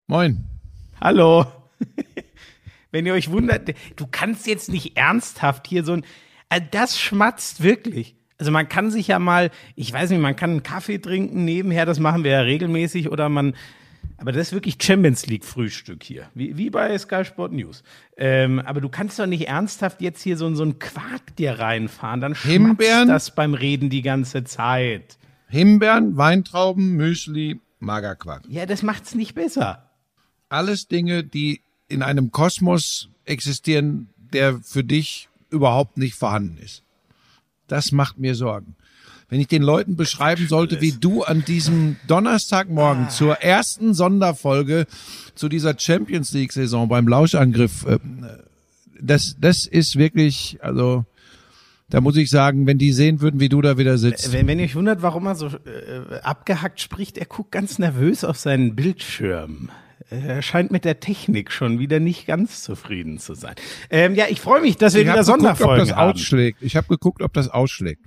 Moin. Hallo. Wenn ihr euch wundert, du kannst jetzt nicht ernsthaft hier das schmatzt wirklich. Also man kann sich ja mal, ich weiß nicht, man kann einen Kaffee trinken nebenher, das machen wir ja regelmäßig, aber das ist wirklich Champions League Frühstück hier, wie bei Sky Sport News. Aber du kannst doch nicht ernsthaft jetzt hier so einen Quark dir reinfahren, dann schmatzt das beim Reden die ganze Zeit. Himbeeren, Weintrauben, Müsli, Magerquark. Ja, das macht's nicht besser. Alles Dinge, die in einem Kosmos existieren, der für dich überhaupt nicht vorhanden ist. Das macht mir Sorgen. Wenn ich den Leuten beschreiben sollte, wie du an diesem Donnerstagmorgen zur ersten Sonderfolge zu dieser Champions League Saison beim Lauschangriff, das ist wirklich, also da muss ich sagen, wenn die sehen würden, wie du da wieder sitzt. Wenn ihr euch wundert, warum er so abgehackt spricht, er guckt ganz nervös auf seinen Bildschirm. Er scheint mit der Technik schon wieder nicht ganz zufrieden zu sein. Ja, ich freue mich, dass wir wieder Sonderfolgen haben. Ich habe geguckt, ob das ausschlägt.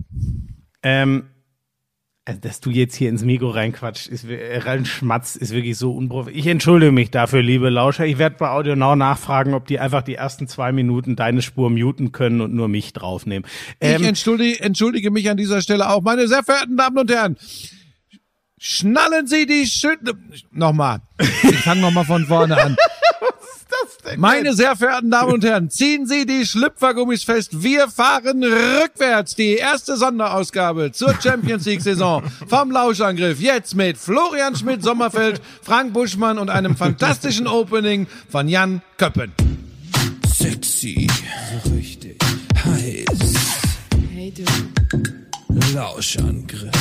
Dass du jetzt hier ins Mikro reinquatscht, reinschmatzt, ist wirklich so unprofessionell. Ich entschuldige mich dafür, liebe Lauscher. Ich werde bei AudioNow nachfragen, ob die einfach die ersten 2 Minuten deine Spur muten können und nur mich draufnehmen. Ich entschuldige mich an dieser Stelle auch. Meine sehr verehrten Damen und Herren, schnallen Sie die Nochmal. Ich fange nochmal von vorne an. Was ist das denn? Meine sehr verehrten Damen und Herren, ziehen Sie die Schlüpfergummis fest. Wir fahren rückwärts. Die erste Sonderausgabe zur Champions League Saison vom Lauschangriff. Jetzt mit Florian Schmidt-Sommerfeld, Frank Buschmann und einem fantastischen Opening von Jan Köppen. Sexy, so richtig heiß. Hey du. Lauschangriff.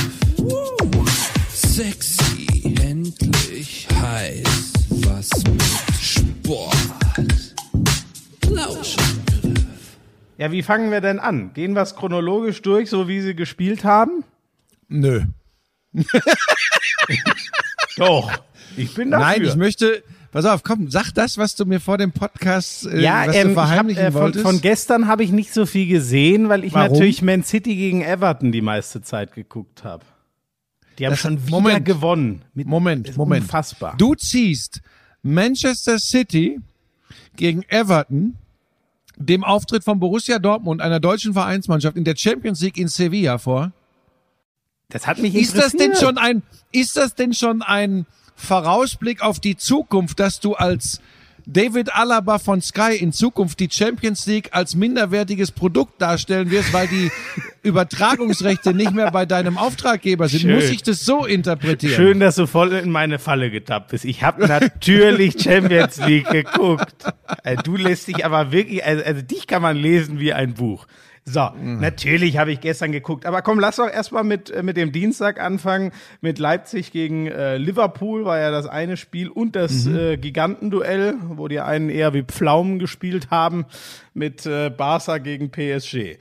Sexy, endlich heiß, was mit Sport. Lauschangriff. Ja, wie fangen wir denn an? Gehen wir es chronologisch durch, so wie sie gespielt haben? Nö. Doch, ich bin dafür. Nein, ich möchte, pass auf, komm, sag das, was du mir vor dem Podcast was du verheimlichen wolltest. Von gestern habe ich nicht so viel gesehen, weil ich natürlich Man City gegen Everton die meiste Zeit geguckt habe. Die haben schon wieder gewonnen. Moment. Unfassbar. Du ziehst Manchester City gegen Everton, dem Auftritt von Borussia Dortmund, einer deutschen Vereinsmannschaft in der Champions League in Sevilla vor. Das hat mich interessiert. Ist das denn schon ein Vorausblick auf die Zukunft, dass du als David Alaba von Sky in Zukunft die Champions League als minderwertiges Produkt darstellen wirst, weil die Übertragungsrechte nicht mehr bei deinem Auftraggeber sind? Schön. Muss ich das so interpretieren? Schön, dass du voll in meine Falle getappt bist. Ich habe natürlich Champions League geguckt. Du lässt dich aber wirklich, also dich kann man lesen wie ein Buch. So, Natürlich habe ich gestern geguckt. Aber komm, lass doch erstmal mit dem Dienstag anfangen. Mit Leipzig gegen Liverpool war ja das eine Spiel und das Gigantenduell, wo die einen eher wie Pflaumen gespielt haben, mit Barca gegen PSG.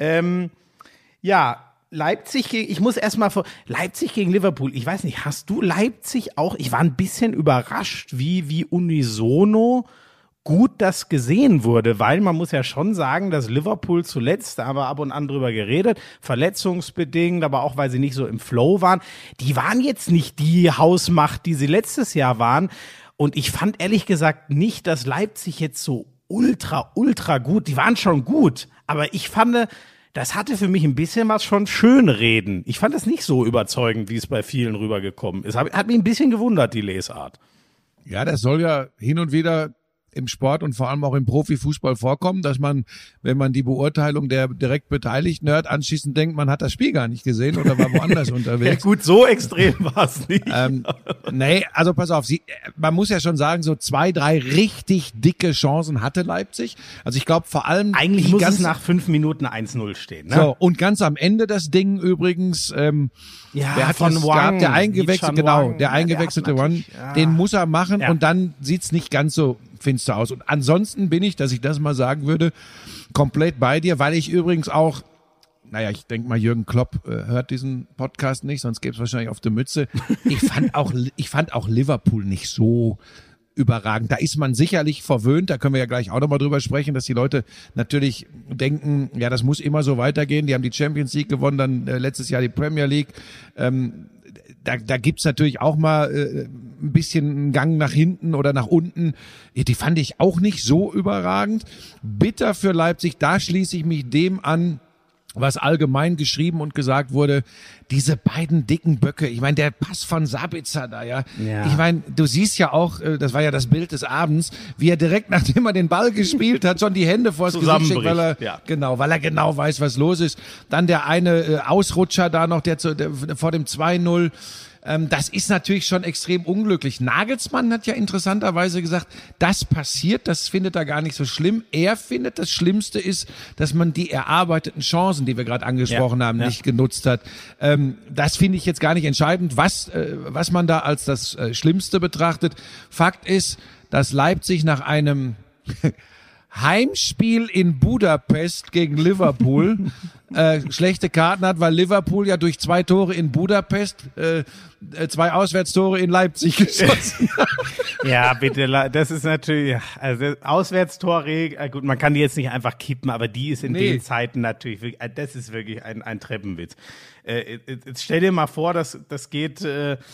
Leipzig gegen Liverpool. Ich weiß nicht, hast du Leipzig auch? Ich war ein bisschen überrascht, wie unisono gut das gesehen wurde, weil man muss ja schon sagen, dass Liverpool zuletzt, da haben wir ab und an drüber geredet, verletzungsbedingt, aber auch weil sie nicht so im Flow waren, die waren jetzt nicht die Hausmacht, die sie letztes Jahr waren. Und ich fand ehrlich gesagt nicht, dass Leipzig jetzt so ultra gut, die waren schon gut, aber ich fand, das hatte für mich ein bisschen was schon Schönreden. Ich fand das nicht so überzeugend, wie es bei vielen rübergekommen ist. Hat mich ein bisschen gewundert, die Lesart. Ja, das soll ja hin und wieder im Sport und vor allem auch im Profifußball vorkommen, dass man, wenn man die Beurteilung der direkt Beteiligten hört, anschließend denkt, man hat das Spiel gar nicht gesehen oder war woanders unterwegs. Ja gut, so extrem war es nicht. Nee, also pass auf, man muss ja schon sagen, so 2, 3 richtig dicke Chancen hatte Leipzig. Also ich glaube vor allem... Eigentlich muss es nach 5 Minuten 1-0 stehen. Ne? So, und ganz am Ende das Ding übrigens... wer hat von Wang, der eingewechselte, Wang, den muss er machen und dann sieht's nicht ganz so finster aus. Und ansonsten bin ich, dass ich das mal sagen würde, komplett bei dir, weil ich übrigens auch, ich denke mal, Jürgen Klopp hört diesen Podcast nicht, sonst gäbe es wahrscheinlich auf der Mütze. Ich fand auch Liverpool nicht so überragend. Da ist man sicherlich verwöhnt, da können wir ja gleich auch nochmal drüber sprechen, dass die Leute natürlich denken, ja, das muss immer so weitergehen. Die haben die Champions League gewonnen, dann letztes Jahr die Premier League. Da gibt's natürlich auch mal ein bisschen einen Gang nach hinten oder nach unten. Die fand ich auch nicht so überragend. Bitter für Leipzig, da schließe ich mich dem an, was allgemein geschrieben und gesagt wurde, diese beiden dicken Böcke, ich meine, der Pass von Sabitzer da, ja. Ich meine, du siehst ja auch, das war ja das Bild des Abends, wie er direkt, nachdem er den Ball gespielt hat, schon die Hände vors Gesicht schickt, weil er genau weiß, was los ist. Dann der eine Ausrutscher da noch, der vor dem 2-0. Das ist natürlich schon extrem unglücklich. Nagelsmann hat ja interessanterweise gesagt, das passiert, das findet er gar nicht so schlimm. Er findet, das Schlimmste ist, dass man die erarbeiteten Chancen, die wir gerade angesprochen haben, nicht genutzt hat. Das finde ich jetzt gar nicht entscheidend, was man da als das Schlimmste betrachtet. Fakt ist, dass Leipzig nach einem Heimspiel in Budapest gegen Liverpool schlechte Karten hat, weil Liverpool ja durch 2 Tore in Budapest 2 Auswärtstore in Leipzig geschossen hat. Ja, bitte, das ist natürlich, also Auswärtstorregel, gut, man kann die jetzt nicht einfach kippen, aber die ist in den Zeiten natürlich, das ist wirklich ein Treppenwitz. Jetzt stell dir mal vor, das geht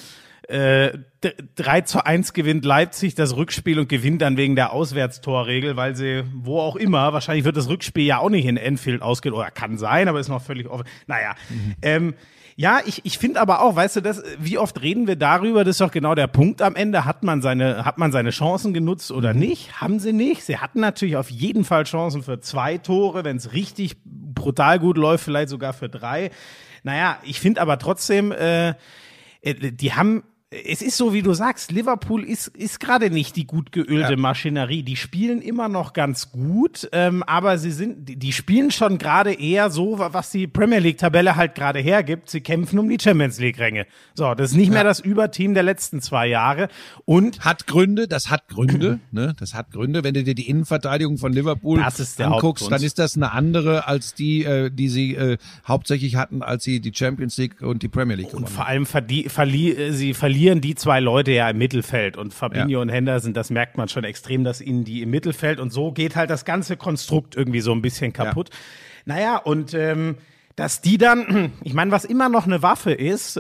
3-1 gewinnt Leipzig das Rückspiel und gewinnt dann wegen der Auswärtstorregel, weil sie, wo auch immer, wahrscheinlich wird das Rückspiel ja auch nicht in Anfield ausgehen, oder kann sein, aber ist noch völlig offen. Naja, ja, ich finde aber auch, weißt du, wie oft reden wir darüber, das ist doch genau der Punkt am Ende, hat man seine Chancen genutzt oder nicht? Haben sie nicht. Sie hatten natürlich auf jeden Fall Chancen für 2 Tore, wenn es richtig brutal gut läuft, vielleicht sogar für 3. Naja, ich finde aber trotzdem, die haben, es ist so, wie du sagst, Liverpool ist gerade nicht die gut geölte Maschinerie. Die spielen immer noch ganz gut, aber die spielen schon gerade eher so, was die Premier League-Tabelle halt gerade hergibt. Sie kämpfen um die Champions League-Ränge. So, das ist nicht mehr das Überteam der letzten 2 Jahre. Und hat Gründe, ne? Das hat Gründe. Wenn du dir die Innenverteidigung von Liverpool anguckst, dann ist das eine andere als die sie hauptsächlich hatten, als sie die Champions League und die Premier League gewonnen haben. Und vor allem sie verlieren die 2 Leute ja im Mittelfeld und Fabinho und Henderson, das merkt man schon extrem, dass ihnen die im Mittelfeld und so geht halt das ganze Konstrukt irgendwie so ein bisschen kaputt. Naja, und dass die dann, ich meine, was immer noch eine Waffe ist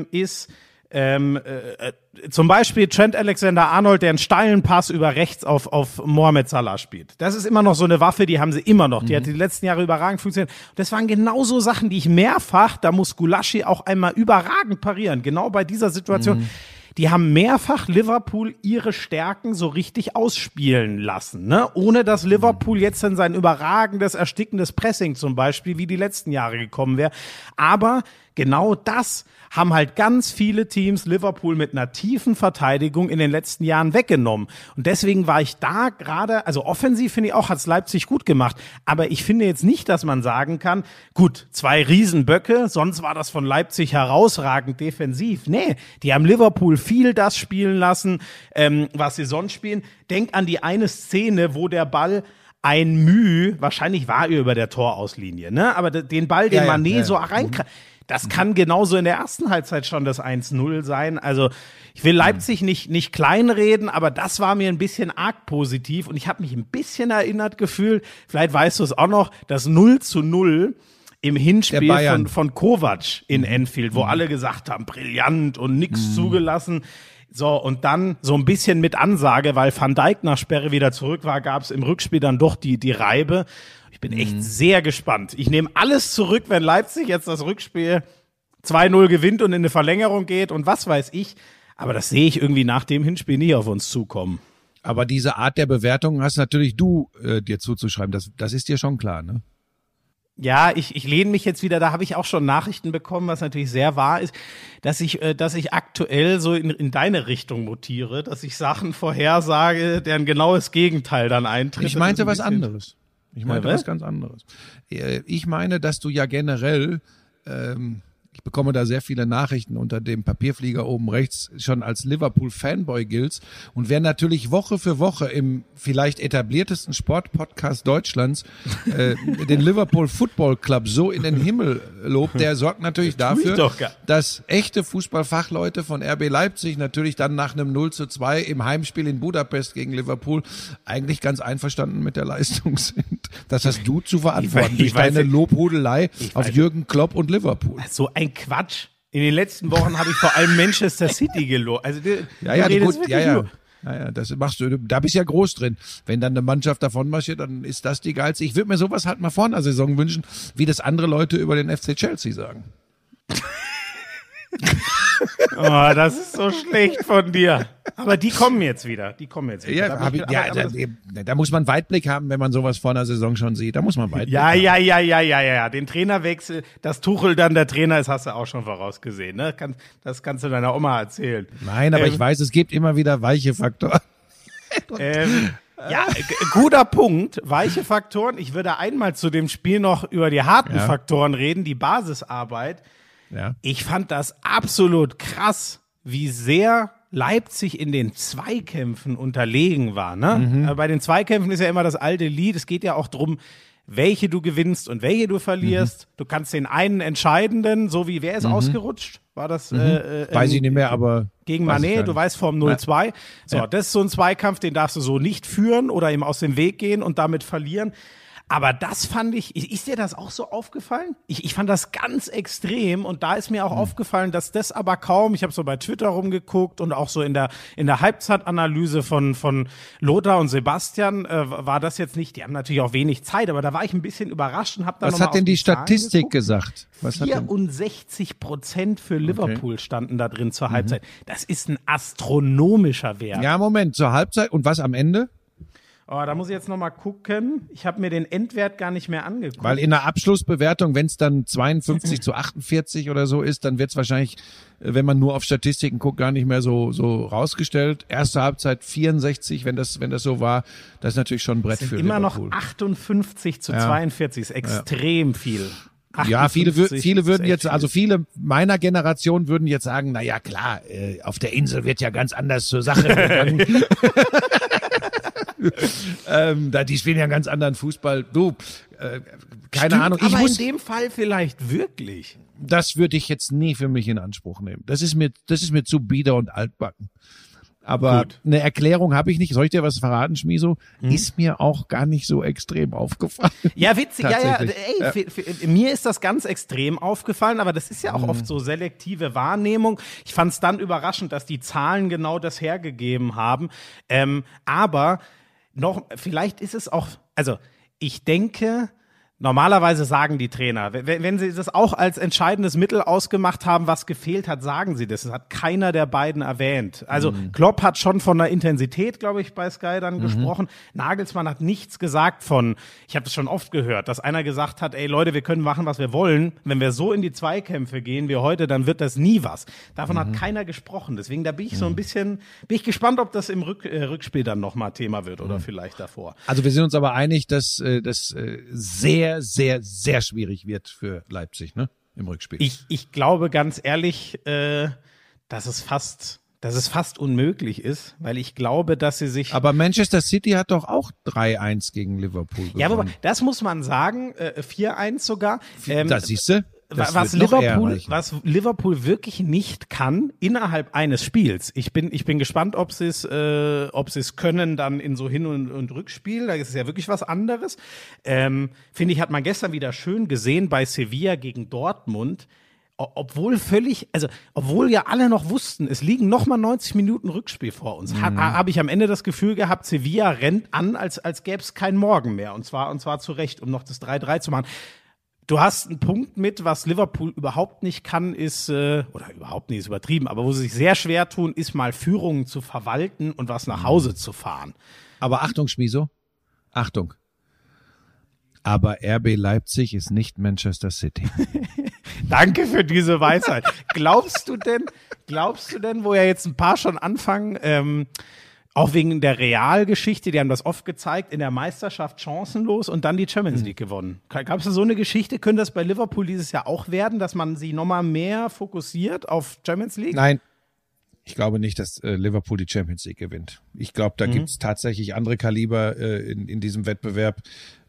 zum Beispiel Trent Alexander-Arnold, der einen steilen Pass über rechts auf Mohamed Salah spielt. Das ist immer noch so eine Waffe, die haben sie immer noch. Die hat die letzten Jahre überragend funktioniert. Das waren genauso Sachen, die ich da muss Gulaschi auch einmal überragend parieren. Genau bei dieser Situation. Die haben mehrfach Liverpool ihre Stärken so richtig ausspielen lassen, ne? Ohne dass Liverpool jetzt in sein überragendes, erstickendes Pressing zum Beispiel wie die letzten Jahre gekommen wäre. Aber genau das haben halt ganz viele Teams Liverpool mit einer tiefen Verteidigung in den letzten Jahren weggenommen. Und deswegen war ich da gerade, also offensiv finde ich auch, hat's Leipzig gut gemacht. Aber ich finde jetzt nicht, dass man sagen kann, gut, 2 Riesenböcke, sonst war das von Leipzig herausragend defensiv. Nee, die haben Liverpool viel das spielen lassen, was sie sonst spielen. Denk an die eine Szene, wo der Ball ein Mühe, wahrscheinlich war er über der Torauslinie, ne? Aber den Ball, den Mané so reinkriegt, das kann genauso in der ersten Halbzeit schon das 1-0 sein. Also ich will Leipzig nicht kleinreden, aber das war mir ein bisschen arg positiv. Und ich habe mich ein bisschen erinnert gefühlt, vielleicht weißt du es auch noch, das 0-0 im Hinspiel von Kovac in Anfield, wo alle gesagt haben, brillant und nix zugelassen. So, und dann so ein bisschen mit Ansage, weil Van Dijk nach Sperre wieder zurück war, gab es im Rückspiel dann doch die Reibe. Ich bin echt sehr gespannt. Ich nehme alles zurück, wenn Leipzig jetzt das Rückspiel 2-0 gewinnt und in eine Verlängerung geht und was weiß ich. Aber das sehe ich irgendwie nach dem Hinspiel nicht auf uns zukommen. Aber diese Art der Bewertung hast natürlich du dir zuzuschreiben. Das ist dir schon klar, ne? Ja, ich lehne mich jetzt wieder, da habe ich auch schon Nachrichten bekommen, was natürlich sehr wahr ist, dass ich aktuell so in deine Richtung mutiere, dass ich Sachen vorhersage, deren genaues Gegenteil dann eintritt. Ich meinte was anderes. Ich meinte was ganz anderes. Ich meine, dass du ja generell, ich bekomme da sehr viele Nachrichten unter dem Papierflieger oben rechts, schon als Liverpool-Fanboy giltst. Und wer natürlich Woche für Woche im vielleicht etabliertesten Sportpodcast Deutschlands den Liverpool Football Club so in den Himmel lobt, der sorgt natürlich dafür, dass echte Fußballfachleute von RB Leipzig natürlich dann nach einem 0-2 im Heimspiel in Budapest gegen Liverpool eigentlich ganz einverstanden mit der Leistung sind. Das hast du zu verantworten durch deine Lobhudelei auf Jürgen Klopp und Liverpool. So ein Quatsch. In den letzten Wochen habe ich vor allem Manchester City gelobt. Also das machst du, da bist du ja groß drin. Wenn dann eine Mannschaft davon marschiert, dann ist das die geilste. Ich würde mir sowas halt mal vor einer Saison wünschen, wie das andere Leute über den FC Chelsea sagen. Oh, das ist so schlecht von dir. Aber die kommen jetzt wieder. Da muss man Weitblick haben, wenn man sowas vor einer Saison schon sieht. Da muss man Weitblick haben. Ja. Den Trainerwechsel, dass Tuchel dann der Trainer ist, hast du auch schon vorausgesehen. Ne? Das kannst du deiner Oma erzählen. Nein, aber ich weiß, es gibt immer wieder weiche Faktoren. Ja, guter Punkt. Weiche Faktoren. Ich würde einmal zu dem Spiel noch über die harten Faktoren reden, die Basisarbeit. Ja. Ich fand das absolut krass, wie sehr Leipzig in den Zweikämpfen unterlegen war. Ne? Bei den Zweikämpfen ist ja immer das alte Lied. Es geht ja auch drum, welche du gewinnst und welche du verlierst. Du kannst den einen entscheidenden, so wie, wer ist ausgerutscht? War das? Weiß ich nicht mehr, aber gegen Manet, du weißt vom 0-2. So, das ist so ein Zweikampf, den darfst du so nicht führen oder ihm aus dem Weg gehen und damit verlieren. Aber das fand ist dir das auch so aufgefallen? Ich fand das ganz extrem und da ist mir auch aufgefallen, dass das aber kaum, ich habe so bei Twitter rumgeguckt und auch so in der Halbzeitanalyse von Lothar und Sebastian war das jetzt nicht, die haben natürlich auch wenig Zeit, aber da war ich ein bisschen überrascht und habe dann Was hat denn die Statistik gesagt? 64% für Liverpool standen da drin zur Halbzeit. Das ist ein astronomischer Wert. Ja, Moment, zur Halbzeit und was am Ende? Oh, da muss ich jetzt nochmal gucken. Ich habe mir den Endwert gar nicht mehr angeguckt. Weil in der Abschlussbewertung, wenn es dann 52-48 oder so ist, dann wird es wahrscheinlich, wenn man nur auf Statistiken guckt, gar nicht mehr so rausgestellt. Erste Halbzeit 64, wenn das so war, das ist natürlich schon ein Brett für immer Liverpool. noch 58-42, ist extrem viel. 58, ja, viele würden jetzt, also viele meiner Generation würden jetzt sagen, na ja, klar, auf der Insel wird ja ganz anders zur Sache gegangen. Die spielen ja einen ganz anderen Fußball. Keine Ahnung. Aber in dem Fall vielleicht wirklich. Das würde ich jetzt nie für mich in Anspruch nehmen. Das ist mir zu bieder und altbacken. Aber eine Erklärung habe ich nicht. Soll ich dir was verraten, Schmiso? Ist mir auch gar nicht so extrem aufgefallen. Ja, witzig. Mir ist das ganz extrem aufgefallen, aber das ist ja auch oft so selektive Wahrnehmung. Ich fand es dann überraschend, dass die Zahlen genau das hergegeben haben. Aber vielleicht ist es auch, also ich denke, normalerweise sagen die Trainer, wenn sie das auch als entscheidendes Mittel ausgemacht haben, was gefehlt hat, sagen sie das. Das hat keiner der beiden erwähnt. Also Klopp hat schon von der Intensität, glaube ich, bei Sky dann gesprochen. Nagelsmann hat nichts gesagt ich habe das schon oft gehört, dass einer gesagt hat, ey Leute, wir können machen, was wir wollen. Wenn wir so in die Zweikämpfe gehen wie heute, dann wird das nie was. Davon hat keiner gesprochen. Deswegen, da bin ich so ein bisschen, bin ich gespannt, ob das im Rückspiel dann nochmal Thema wird oder vielleicht davor. Also wir sind uns aber einig, dass das sehr, sehr, sehr schwierig wird für Leipzig, ne? Im Rückspiel. Ich glaube ganz ehrlich, dass es fast unmöglich ist, weil ich glaube, dass sie sich... Aber Manchester City hat doch auch 3-1 gegen Liverpool gewonnen. Ja, aber das muss man sagen, 4-1 sogar. Das siehst du? Was Liverpool wirklich nicht kann innerhalb eines Spiels. Ich bin gespannt, ob sie es können dann in so Hin- und Rückspiel. Da ist es ja wirklich was anderes. Finde ich, hat man gestern wieder schön gesehen bei Sevilla gegen Dortmund. Obwohl ja alle noch wussten, es liegen noch mal 90 Minuten Rückspiel vor uns, habe ich am Ende das Gefühl gehabt, Sevilla rennt an, als gäbe es keinen Morgen mehr. Und zwar zu Recht, um noch das 3-3 zu machen. Du hast einen Punkt mit, was Liverpool überhaupt nicht kann, ist übertrieben, aber wo sie sich sehr schwer tun, ist mal Führungen zu verwalten und was nach Hause zu fahren. Aber Achtung, Schmiso, Achtung. Aber RB Leipzig ist nicht Manchester City. Danke für diese Weisheit. Glaubst du denn, wo ja jetzt ein paar schon anfangen, auch wegen der Realgeschichte, die haben das oft gezeigt, in der Meisterschaft chancenlos und dann die Champions League gewonnen. Gab es da so eine Geschichte? Könnte das bei Liverpool dieses Jahr auch werden, dass man sie nochmal mehr fokussiert auf Champions League? Nein, ich glaube nicht, dass Liverpool die Champions League gewinnt. Ich glaube, da gibt es tatsächlich andere Kaliber in diesem Wettbewerb.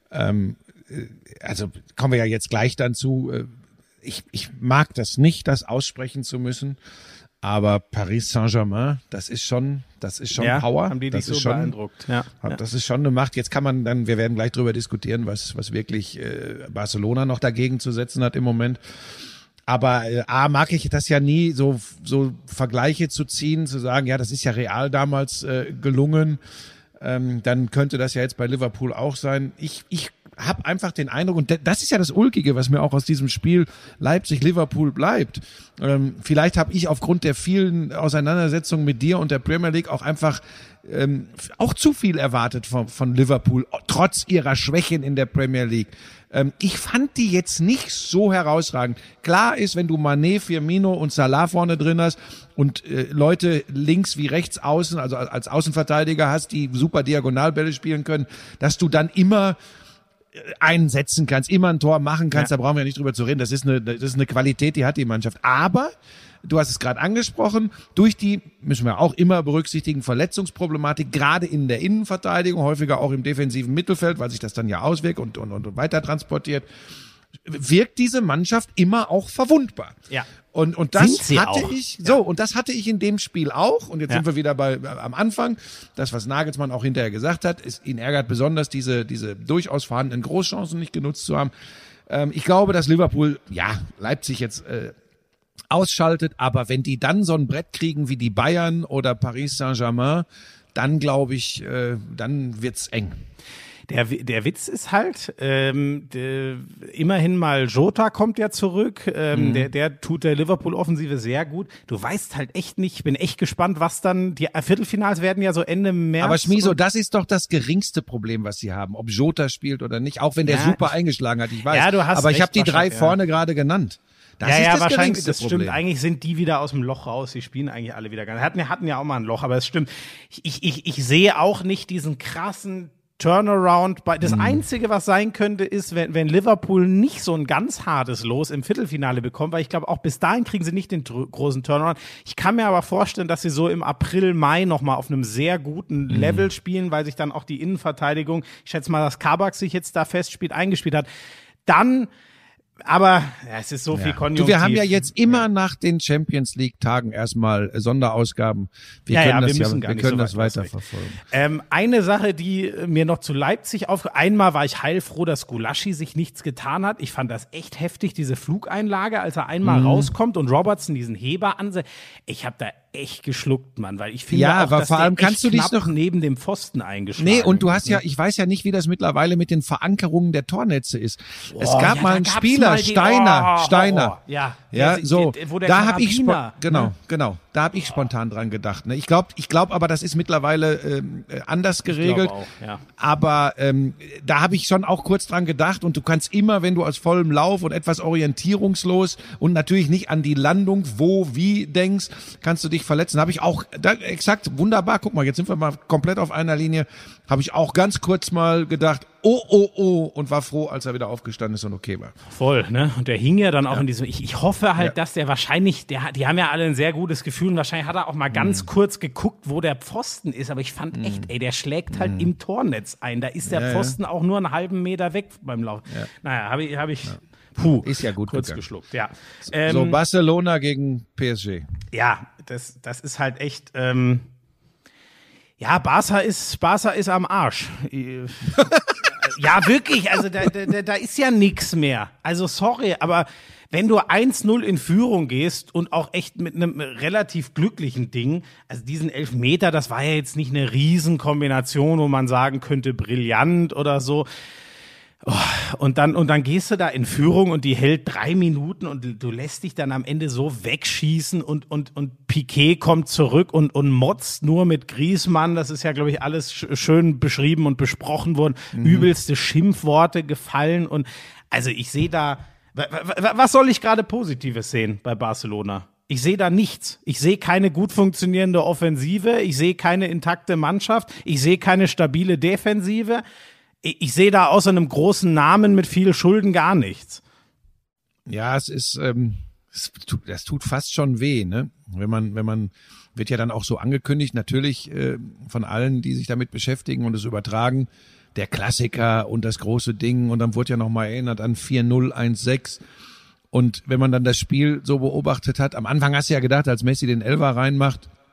Also kommen wir ja jetzt gleich dann zu. Ich mag das nicht, das aussprechen zu müssen. Aber Paris Saint-Germain, das ist schon Power. Haben die dich das so beeindruckt. Ja. Das ist schon eine Macht. Jetzt kann man dann, wir werden gleich drüber diskutieren, was wirklich Barcelona noch dagegen zu setzen hat im Moment. Aber mag ich das ja nie, so Vergleiche zu ziehen, zu sagen, ja, das ist ja Real damals gelungen, dann könnte das ja jetzt bei Liverpool auch sein. Ich habe einfach den Eindruck, und das ist ja das Ulkige, was mir auch aus diesem Spiel Leipzig-Liverpool bleibt. Vielleicht habe ich aufgrund der vielen Auseinandersetzungen mit dir und der Premier League auch einfach auch zu viel erwartet von Liverpool, trotz ihrer Schwächen in der Premier League. Ich fand die jetzt nicht so herausragend. Klar ist, wenn du Mané, Firmino und Salah vorne drin hast und Leute links wie rechts außen, also als Außenverteidiger hast, die super Diagonalbälle spielen können, dass du dann immer einsetzen kannst, immer ein Tor machen kannst, da brauchen wir ja nicht drüber zu reden. Das ist eine Qualität, die hat die Mannschaft. Aber, du hast es gerade angesprochen, durch die, müssen wir auch immer berücksichtigen, Verletzungsproblematik, gerade in der Innenverteidigung, häufiger auch im defensiven Mittelfeld, weil sich das dann ja auswirkt und weiter transportiert, wirkt diese Mannschaft immer auch verwundbar. Ja. Und das hatte ich in dem Spiel auch. Und jetzt sind wir wieder am Anfang. Das, was Nagelsmann auch hinterher gesagt hat, ihn ärgert besonders, diese durchaus vorhandenen Großchancen nicht genutzt zu haben. Ich glaube, dass Liverpool, Leipzig jetzt ausschaltet, aber wenn die dann so ein Brett kriegen wie die Bayern oder Paris Saint-Germain, dann glaube ich, dann wird's eng. Der Witz ist halt, immerhin mal Jota kommt ja zurück, der tut der Liverpool-Offensive sehr gut. Du weißt halt echt nicht, ich bin echt gespannt, was dann, die Viertelfinals werden ja so Ende März. Aber Schmiso, das ist doch das geringste Problem, was sie haben, ob Jota spielt oder nicht, auch wenn der super eingeschlagen hat, ich weiß. Ja, du hast aber ich habe die 3 vorne gerade genannt. Das ist das wahrscheinlich, das Problem. stimmt. Eigentlich sind die wieder aus dem Loch raus. Die spielen eigentlich alle wieder ganz. Hatten ja auch mal ein Loch, aber es stimmt. Ich sehe auch nicht diesen krassen Turnaround. Das Einzige, was sein könnte, ist, wenn Liverpool nicht so ein ganz hartes Los im Viertelfinale bekommt, weil ich glaube, auch bis dahin kriegen sie nicht den großen Turnaround. Ich kann mir aber vorstellen, dass sie so im April, Mai nochmal auf einem sehr guten Level spielen, weil sich dann auch die Innenverteidigung, ich schätze mal, dass Kabak sich jetzt da eingespielt hat. Dann, aber es ist so viel Konjunktiv. Wir haben ja jetzt immer nach den Champions League Tagen erstmal Sonderausgaben. Wir können das weiterverfolgen. Eine Sache, die mir noch zu Leipzig einmal war ich heilfroh, dass Gulaschi sich nichts getan hat. Ich fand das echt heftig, diese Flugeinlage, als er einmal rauskommt und Robertson diesen Heber ansetzt. Ich habe da echt geschluckt, Mann, weil ich finde auch, dass vor allem der kannst du dich noch neben dem Pfosten eingeschlagen. Nee, und du hast ich weiß ja nicht, wie das mittlerweile mit den Verankerungen der Tornetze ist. Es gab mal einen Spieler, Steiner. Da habe ich da habe ich spontan dran gedacht. Ne? Ich glaube, aber das ist mittlerweile anders geregelt. Auch, ja. Aber da habe ich schon auch kurz dran gedacht und du kannst immer, wenn du aus vollem Lauf und etwas orientierungslos und natürlich nicht an die Landung, wie denkst, kannst du dich verletzen. Habe ich auch exakt wunderbar. Guck mal, jetzt sind wir mal komplett auf einer Linie. Habe ich auch ganz kurz mal gedacht, oh, und war froh, als er wieder aufgestanden ist und okay war. Voll, ne? Und der hing ja dann auch in diesem, ich hoffe halt, dass der wahrscheinlich, die haben ja alle ein sehr gutes Gefühl und wahrscheinlich hat er auch mal ganz kurz geguckt, wo der Pfosten ist, aber ich fand echt, der schlägt halt im Tornetz ein. Da ist der Pfosten auch nur einen halben Meter weg beim Lauf. Ja. Naja, habe ich ist ja gut kurz gegangen. Geschluckt, ja. So, Barcelona gegen PSG. Ja, das ist halt echt, Barca ist am Arsch. Ja, wirklich, also da ist ja nix mehr. Also sorry, aber wenn du 1-0 in Führung gehst und auch echt mit einem relativ glücklichen Ding, also diesen Elfmeter, das war ja jetzt nicht eine Riesenkombination, wo man sagen könnte, brillant oder so. Und dann gehst du da in Führung und die hält 3 Minuten und du lässt dich dann am Ende so wegschießen und Piqué kommt zurück und motzt nur mit Griezmann. Das ist ja, glaube ich, alles schön beschrieben und besprochen worden. Übelste Schimpfworte gefallen und also ich sehe da, was soll ich gerade Positives sehen bei Barcelona? Ich sehe da nichts. Ich sehe keine gut funktionierende Offensive. Ich sehe keine intakte Mannschaft. Ich sehe keine stabile Defensive. Ich sehe da außer einem großen Namen mit viel Schulden gar nichts. Ja, es ist, das tut fast schon weh, ne? Wenn man wird ja dann auch so angekündigt, natürlich von allen, die sich damit beschäftigen und es übertragen, der Klassiker und das große Ding und dann wurde ja nochmal erinnert an 4-0, 1-6 und wenn man dann das Spiel so beobachtet hat, am Anfang hast du ja gedacht, als Messi den Elfer reinmacht,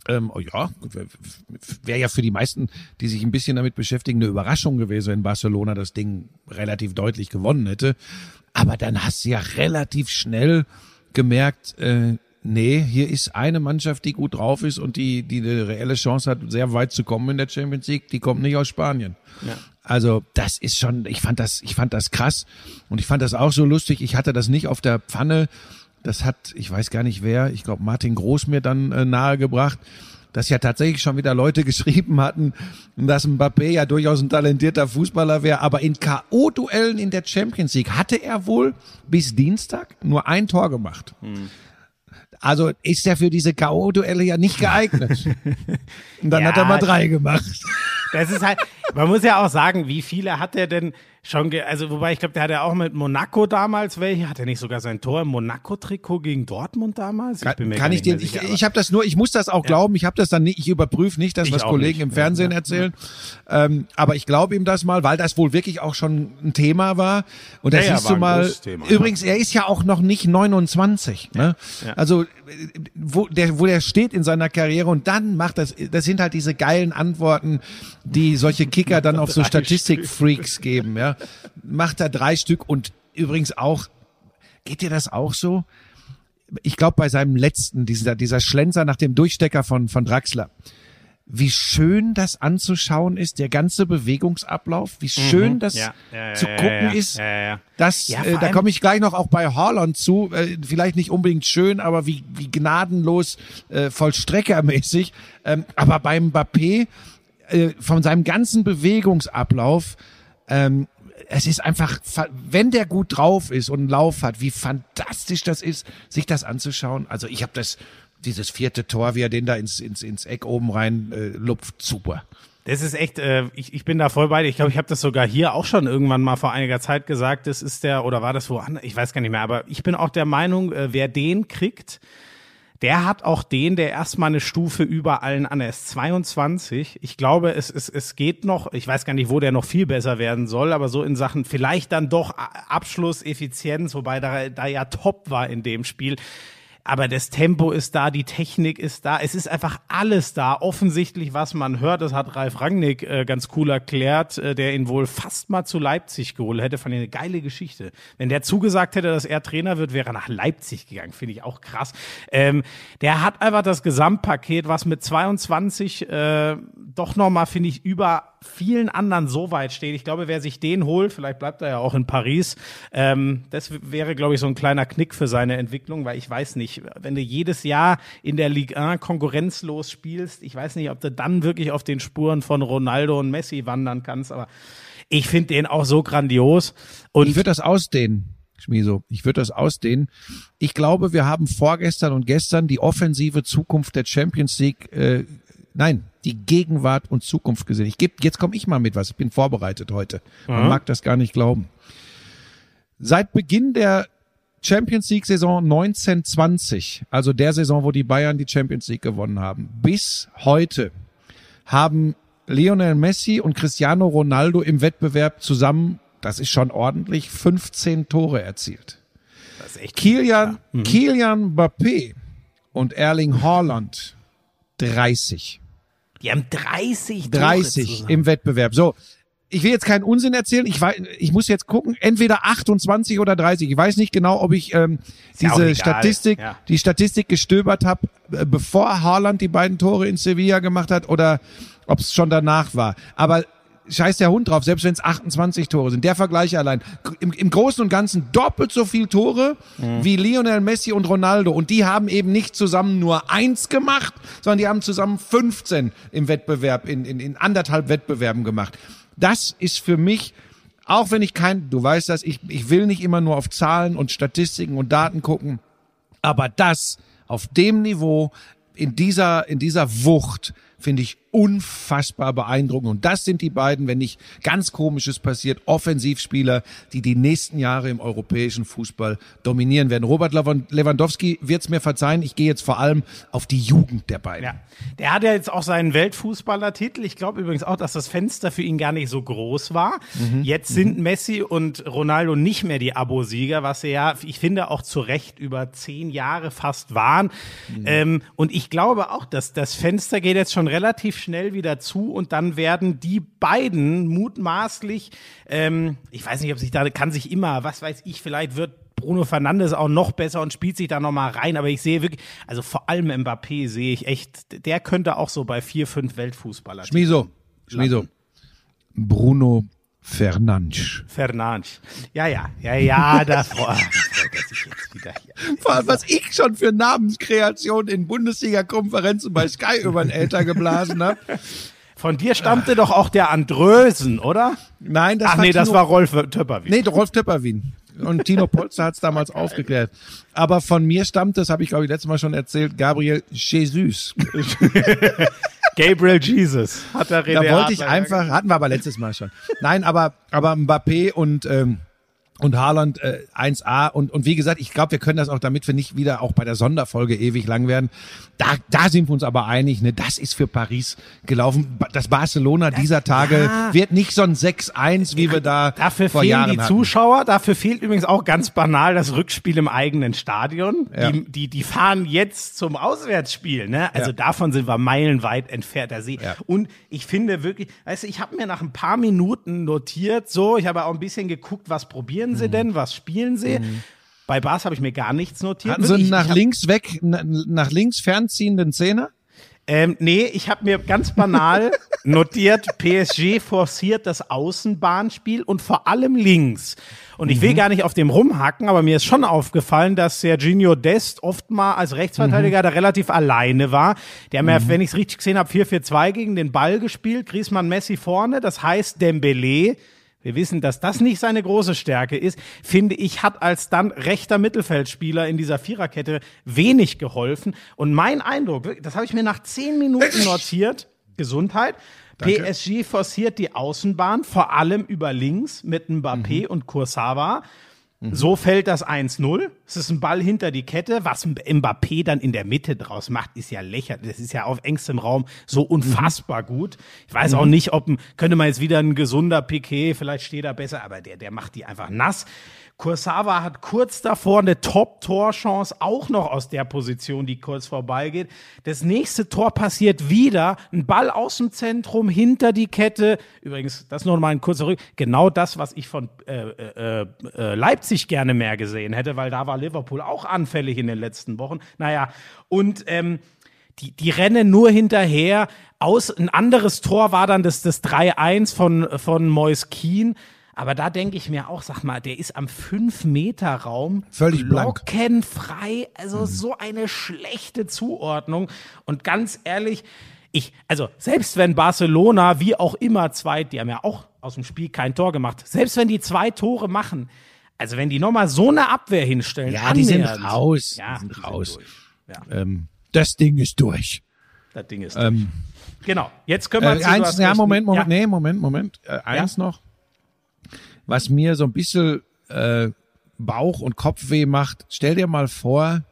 Ja, wäre ja für die meisten, die sich ein bisschen damit beschäftigen, eine Überraschung gewesen, wenn Barcelona das Ding relativ deutlich gewonnen hätte. Aber dann hast du ja relativ schnell gemerkt, nee, hier ist eine Mannschaft, die gut drauf ist und die eine reelle Chance hat, sehr weit zu kommen in der Champions League, die kommt nicht aus Spanien. Ja. Also das ist schon, ich fand das krass und ich fand das auch so lustig. Ich hatte das nicht auf der Pfanne. Das hat, ich weiß gar nicht wer, ich glaube Martin Groß mir dann nahegebracht, dass ja tatsächlich schon wieder Leute geschrieben hatten, dass Mbappé ja durchaus ein talentierter Fußballer wäre, aber in K.O.-Duellen in der Champions League hatte er wohl bis Dienstag nur ein Tor gemacht. Also ist er für diese K.O.-Duelle ja nicht geeignet. Und dann hat er mal 3 gemacht. Das ist halt, man muss ja auch sagen, wie viele hat er denn schon, also wobei ich glaube, der hat ja auch mit Monaco damals welche, hat er nicht sogar sein Tor im Monaco-Trikot gegen Dortmund damals? Ich bin mir kann ich dir, ich habe das nur, ich muss das auch glauben, ich habe das dann nicht, ich überprüfe nicht das, was Kollegen im Fernsehen erzählen, aber ich glaube ihm das mal, weil das wohl wirklich auch schon ein Thema war und das siehst du mal, übrigens, er ist ja auch noch nicht 29, ne? Ja. Also wo der steht in seiner Karriere und dann macht das sind halt diese geilen Antworten, die solche Kicker dann auf so Statistikfreaks geben, ja. Macht er 3 Stück und übrigens auch, geht dir das auch so? Ich glaube bei seinem letzten, dieser Schlenzer nach dem Durchstecker von Draxler, wie schön das anzuschauen ist, der ganze Bewegungsablauf, wie schön das zu gucken ist. Das, da komme ich gleich noch auch bei Haaland zu, vielleicht nicht unbedingt schön, aber wie gnadenlos vollstreckermäßig. Aber beim Mbappé, von seinem ganzen Bewegungsablauf, es ist einfach, wenn der gut drauf ist und einen Lauf hat, wie fantastisch das ist, sich das anzuschauen. Also ich habe dieses 4. Tor, wie er den da ins Eck oben rein lupft, super. Das ist echt, ich bin da voll bei dir. Ich glaube, ich habe das sogar hier auch schon irgendwann mal vor einiger Zeit gesagt. Das ist oder war das woanders? Ich weiß gar nicht mehr. Aber ich bin auch der Meinung, wer den kriegt, der hat auch der erstmal eine Stufe über allen an. Er ist 22. Ich glaube, es geht noch, ich weiß gar nicht, wo der noch viel besser werden soll, aber so in Sachen vielleicht dann doch Abschluss, Effizienz, wobei da ja top war in dem Spiel. Aber das Tempo ist da, die Technik ist da, es ist einfach alles da. Offensichtlich, was man hört, das hat Ralf Rangnick ganz cool erklärt, der ihn wohl fast mal zu Leipzig geholt hätte. Fand ich eine geile Geschichte. Wenn der zugesagt hätte, dass er Trainer wird, wäre er nach Leipzig gegangen. Finde ich auch krass. Der hat einfach das Gesamtpaket, was mit 22 doch nochmal, finde ich, über vielen anderen so weit steht. Ich glaube, wer sich den holt, vielleicht bleibt er ja auch in Paris, das wäre, glaube ich, so ein kleiner Knick für seine Entwicklung, weil ich weiß nicht, wenn du jedes Jahr in der Ligue 1 konkurrenzlos spielst, ich weiß nicht, ob du dann wirklich auf den Spuren von Ronaldo und Messi wandern kannst, aber ich finde den auch so grandios. Und ich würde das ausdehnen, Schmieso. Ich würde das ausdehnen. Ich glaube, wir haben vorgestern und gestern die offensive Zukunft der Champions League, die Gegenwart und Zukunft gesehen. Jetzt komme ich mal mit was. Ich bin vorbereitet heute. Man mag das gar nicht glauben. Seit Beginn der Champions League Saison 1920, also der Saison, wo die Bayern die Champions League gewonnen haben, bis heute haben Lionel Messi und Cristiano Ronaldo im Wettbewerb zusammen, das ist schon ordentlich, 15 Tore erzielt. Das ist echt Kylian Mbappé und Erling Haaland 30. Die haben 30 im Wettbewerb. So, ich will jetzt keinen Unsinn erzählen. Ich muss jetzt gucken, entweder 28 oder 30. Ich weiß nicht genau, ob ich die Statistik gestöbert habe, bevor Haaland die beiden Tore in Sevilla gemacht hat oder ob es schon danach war. Aber scheiß der Hund drauf, selbst wenn es 28 Tore sind. Der Vergleich allein. Im Großen und Ganzen doppelt so viel Tore wie Lionel Messi und Ronaldo. Und die haben eben nicht zusammen nur 1 gemacht, sondern die haben zusammen 15 im Wettbewerb, in 1,5 Wettbewerben gemacht. Das ist für mich, auch wenn ich du weißt das, ich will nicht immer nur auf Zahlen und Statistiken und Daten gucken, aber das auf dem Niveau, in dieser Wucht, finde ich unfassbar beeindruckend. Und das sind die beiden, wenn nicht ganz Komisches passiert, Offensivspieler, die die nächsten Jahre im europäischen Fußball dominieren werden. Robert Lewandowski wird's mir verzeihen, ich gehe jetzt vor allem auf die Jugend der beiden. Ja. Der hat ja jetzt auch seinen Weltfußballertitel. Ich glaube übrigens auch, dass das Fenster für ihn gar nicht so groß war. Jetzt sind Messi und Ronaldo nicht mehr die Abosieger, was sie ja, ich finde, auch zu Recht über 10 Jahre fast waren. Und ich glaube auch, dass das Fenster geht jetzt schon relativ schnell wieder zu und dann werden die beiden mutmaßlich, ich weiß nicht, ob sich da, kann sich immer, was weiß ich, vielleicht wird Bruno Fernandes auch noch besser und spielt sich da noch mal rein, aber ich sehe wirklich, also vor allem Mbappé sehe ich echt, der könnte auch so bei 4, 5 Weltfußballer. Schmieso. Bruno Fernandes. Ja, da freut er sich jetzt wieder hier. Vor allem, was ich schon für Namenskreationen in Bundesliga-Konferenzen bei Sky über den Äther geblasen habe. Von dir stammte doch auch der Andrösen, oder? Nein, das war Rolf Töpperwien. Nee, Rolf Töpperwien. Und Tino Polster hat es damals aufgeklärt. Aber von mir stammt, das habe ich, glaube ich, letztes Mal schon erzählt, Gabriel Jesus. Gabriel Jesus. Hat der René Da wollte ich einfach, hatten wir aber letztes Mal schon. Nein, aber Mbappé und Haaland 1A und wie gesagt, ich glaube, wir können das auch, damit wir nicht wieder auch bei der Sonderfolge ewig lang werden. Da sind wir uns aber einig, ne, das ist für Paris gelaufen. Das Barcelona dieser Tage wird nicht so ein 6-1, wie wir dafür vor Jahren fehlen die Zuschauer, dafür fehlt übrigens auch ganz banal das Rückspiel im eigenen Stadion. Ja. Die fahren jetzt zum Auswärtsspiel, ne? Also davon sind wir meilenweit entfernt. Und ich finde wirklich, weißt du, ich habe mir nach ein paar Minuten notiert, so, ich habe auch ein bisschen geguckt, was probieren sie denn, was spielen sie? Bei Bars habe ich mir gar nichts notiert. Hatten sie nach links fernziehenden Zehner? Nee, ich habe mir ganz banal notiert, PSG forciert das Außenbahnspiel und vor allem links. Und ich will gar nicht auf dem rumhacken, aber mir ist schon aufgefallen, dass Serginho Dest oft mal als Rechtsverteidiger da relativ alleine war. Die haben ja, wenn ich es richtig gesehen habe, 4-4-2 gegen den Ball gespielt, Griezmann, Messi vorne, das heißt Dembélé. Wir wissen, dass das nicht seine große Stärke ist, finde ich, hat als dann rechter Mittelfeldspieler in dieser Viererkette wenig geholfen. Und mein Eindruck, das habe ich mir nach 10 Minuten notiert, Gesundheit, danke. PSG forciert die Außenbahn, vor allem über links mit Mbappé und Kurzawa. So fällt das 1-0. Es ist ein Ball hinter die Kette. Was Mbappé dann in der Mitte draus macht, ist ja lächerlich. Das ist ja auf engstem Raum so unfassbar gut. Ich weiß auch nicht, könnte man jetzt wieder ein gesunder Piqué, vielleicht steht er besser, aber der macht die einfach nass. Kurzawa hat kurz davor eine Top-Torchance, auch noch aus der Position, die kurz vorbeigeht. Das nächste Tor passiert wieder, ein Ball aus dem Zentrum, hinter die Kette. Übrigens, das noch mal ein kurzer Rück. Genau das, was ich von Leipzig gerne mehr gesehen hätte, weil da war Liverpool auch anfällig in den letzten Wochen. Naja, und die rennen nur hinterher. Ein anderes Tor war dann das 3-1 von Moise Kean. Aber da denke ich mir auch, sag mal, der ist am 5-Meter-Raum völlig blockenfrei, also so eine schlechte Zuordnung. Und ganz ehrlich, also selbst wenn Barcelona, wie auch immer, die haben ja auch aus dem Spiel kein Tor gemacht, selbst wenn die 2 Tore machen, also wenn die nochmal so eine Abwehr hinstellen, die sind raus. Ja, die sind raus. Ja. Das Ding ist durch. Das Ding ist durch. Genau, jetzt können wir Moment. Eins noch. Was mir so ein bisschen Bauch- und Kopfweh macht, stell dir mal vor,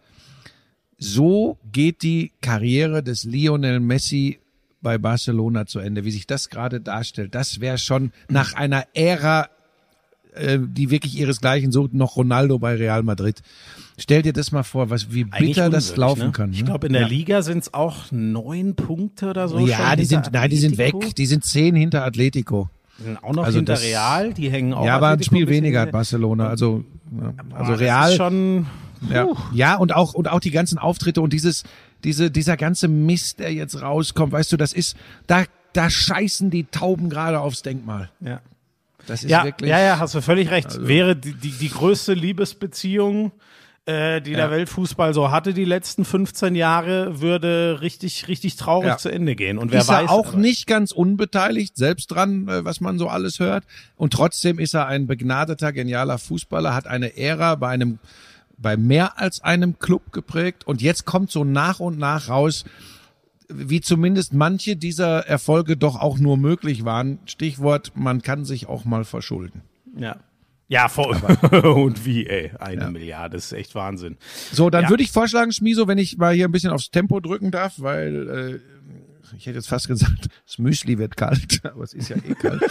so geht die Karriere des Lionel Messi bei Barcelona zu Ende, wie sich das gerade darstellt. Das wäre schon nach einer Ära, die wirklich ihresgleichen sucht, noch Ronaldo bei Real Madrid. Stell dir das mal vor, wie bitter das laufen kann. Ne? Ich glaube, in der Liga sind es auch 9 Punkte oder so. Ja, die sind weg. Die sind 10 hinter Atletico. Die sind auch noch hinter Real, die hängen auch. Ja, aber ein Spiel weniger hat Barcelona. Also Real. Ist schon, ja, und auch die ganzen Auftritte und dieser ganze Mist, der jetzt rauskommt, weißt du, das ist, da scheißen die Tauben gerade aufs Denkmal. Ja. Das ist wirklich. Ja, hast du völlig recht. Also, wäre die größte Liebesbeziehung, die der Weltfußball so hatte die letzten 15 Jahre, würde richtig, richtig traurig zu Ende gehen. Und wer ist weiß. Er auch nicht ganz unbeteiligt, selbst dran, was man so alles hört. Und trotzdem ist er ein begnadeter, genialer Fußballer, hat eine Ära bei mehr als einem Club geprägt. Und jetzt kommt so nach und nach raus, wie zumindest manche dieser Erfolge doch auch nur möglich waren. Stichwort, man kann sich auch mal verschulden. Ja. Ja, voll. Und wie, ey? 1 Milliarde, das ist echt Wahnsinn. So, dann würde ich vorschlagen, Schmiso, wenn ich mal hier ein bisschen aufs Tempo drücken darf, weil ich hätte jetzt fast gesagt, das Müsli wird kalt, aber es ist ja eh kalt.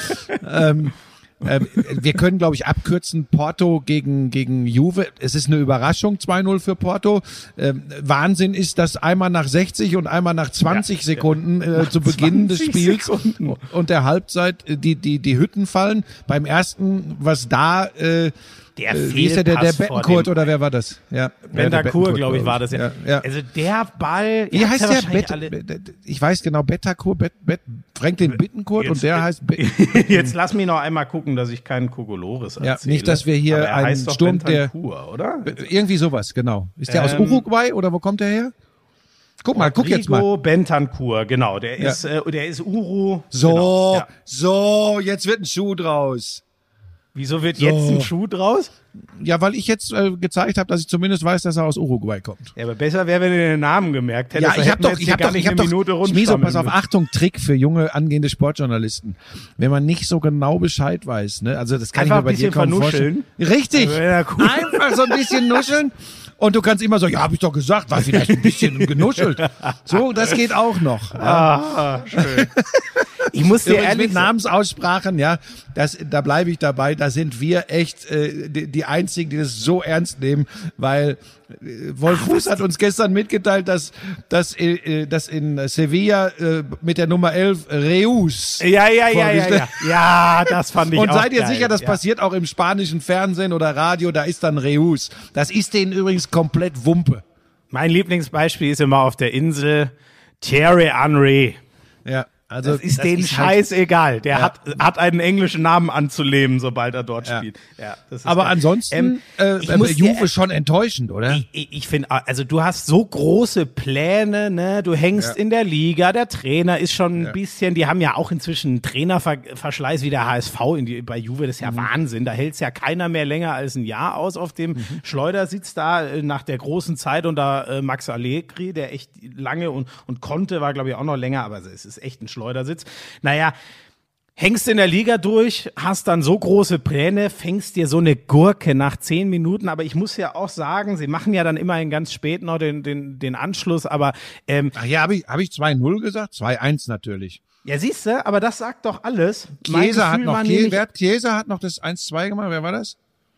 Wir können, glaube ich, abkürzen, Porto gegen Juve. Es ist eine Überraschung, 2-0 für Porto. Wahnsinn ist, dass einmal nach 60 und einmal nach 20 Sekunden zu Beginn des Spiels und der Halbzeit die Hütten fallen. Beim ersten, was da der ist ja der Bettencourt oder wer war das? Ja, Bentancur, glaube ich, war das ja. Also der Ball. Wie heißt der? Ich weiß genau, Bentancur, Franklin Bettencourt und der heißt. Jetzt lass mich noch einmal gucken, dass ich keinen Kokolores erzähle. Ja, nicht, dass wir hier einen Sturm der. Oder? Irgendwie sowas, genau. Ist der aus Uruguay oder wo kommt der her? Guck jetzt mal. Rodrigo Bentancur, genau. Der ist Uru. So, jetzt wird ein Schuh draus. Wieso wird jetzt ein Schuh draus? Ja, weil ich jetzt gezeigt habe, dass ich zumindest weiß, dass er aus Uruguay kommt. Ja, aber besser wäre, wenn du den Namen gemerkt hättest. Ja, ich hab doch, Schmieso, pass auf, Achtung, Trick für junge, angehende Sportjournalisten. Wenn man nicht so genau Bescheid weiß, ne, also das kann einfach ich mir bei dir kaum vorstellen. Richtig. Ja, cool. Einfach so ein bisschen nuscheln. Und du kannst immer so, ja, hab ich doch gesagt, war vielleicht ein bisschen genuschelt. So, das geht auch noch. Ja. Schön. Ich muss dir ehrlich mit Namensaussprachen, ja, da bleibe ich dabei, da sind wir echt die Einzigen, die das so ernst nehmen, weil Wolf Fuß hat uns gestern mitgeteilt, dass in Sevilla mit der Nummer 11 Reus. Ja, das fand ich auch. Und seid ihr geil. sicher, das passiert auch im spanischen Fernsehen oder Radio, da ist dann Reus. Das ist denen übrigens komplett Wumpe. Mein Lieblingsbeispiel ist immer auf der Insel Thierry Henry. Ja. Also, das ist denen scheißegal. Der hat einen englischen Namen anzuleben, sobald er dort spielt. Ja, das ist aber geil. Ansonsten Juve schon enttäuschend, oder? Ich finde, also du hast so große Pläne, ne? Du hängst in der Liga, der Trainer ist schon ein bisschen, die haben ja auch inzwischen einen Trainerverschleiß wie der HSV bei Juve, das ist ja Wahnsinn. Da hält's ja keiner mehr länger als ein Jahr aus auf dem Schleudersitz da nach der großen Zeit unter Max Allegri, der echt lange und Conte war, glaube ich, auch noch länger, aber es ist echt ein Schleudersitz. Naja, hängst in der Liga durch, hast dann so große Pläne, fängst dir so eine Gurke nach 10 Minuten, aber ich muss ja auch sagen, sie machen ja dann immerhin ganz spät noch den Anschluss, aber Ach ja, hab ich 2-0 gesagt? 2-1 natürlich. Ja, siehst du, aber das sagt doch alles. Chiesa hat noch das 1-2 gemacht, wer war das?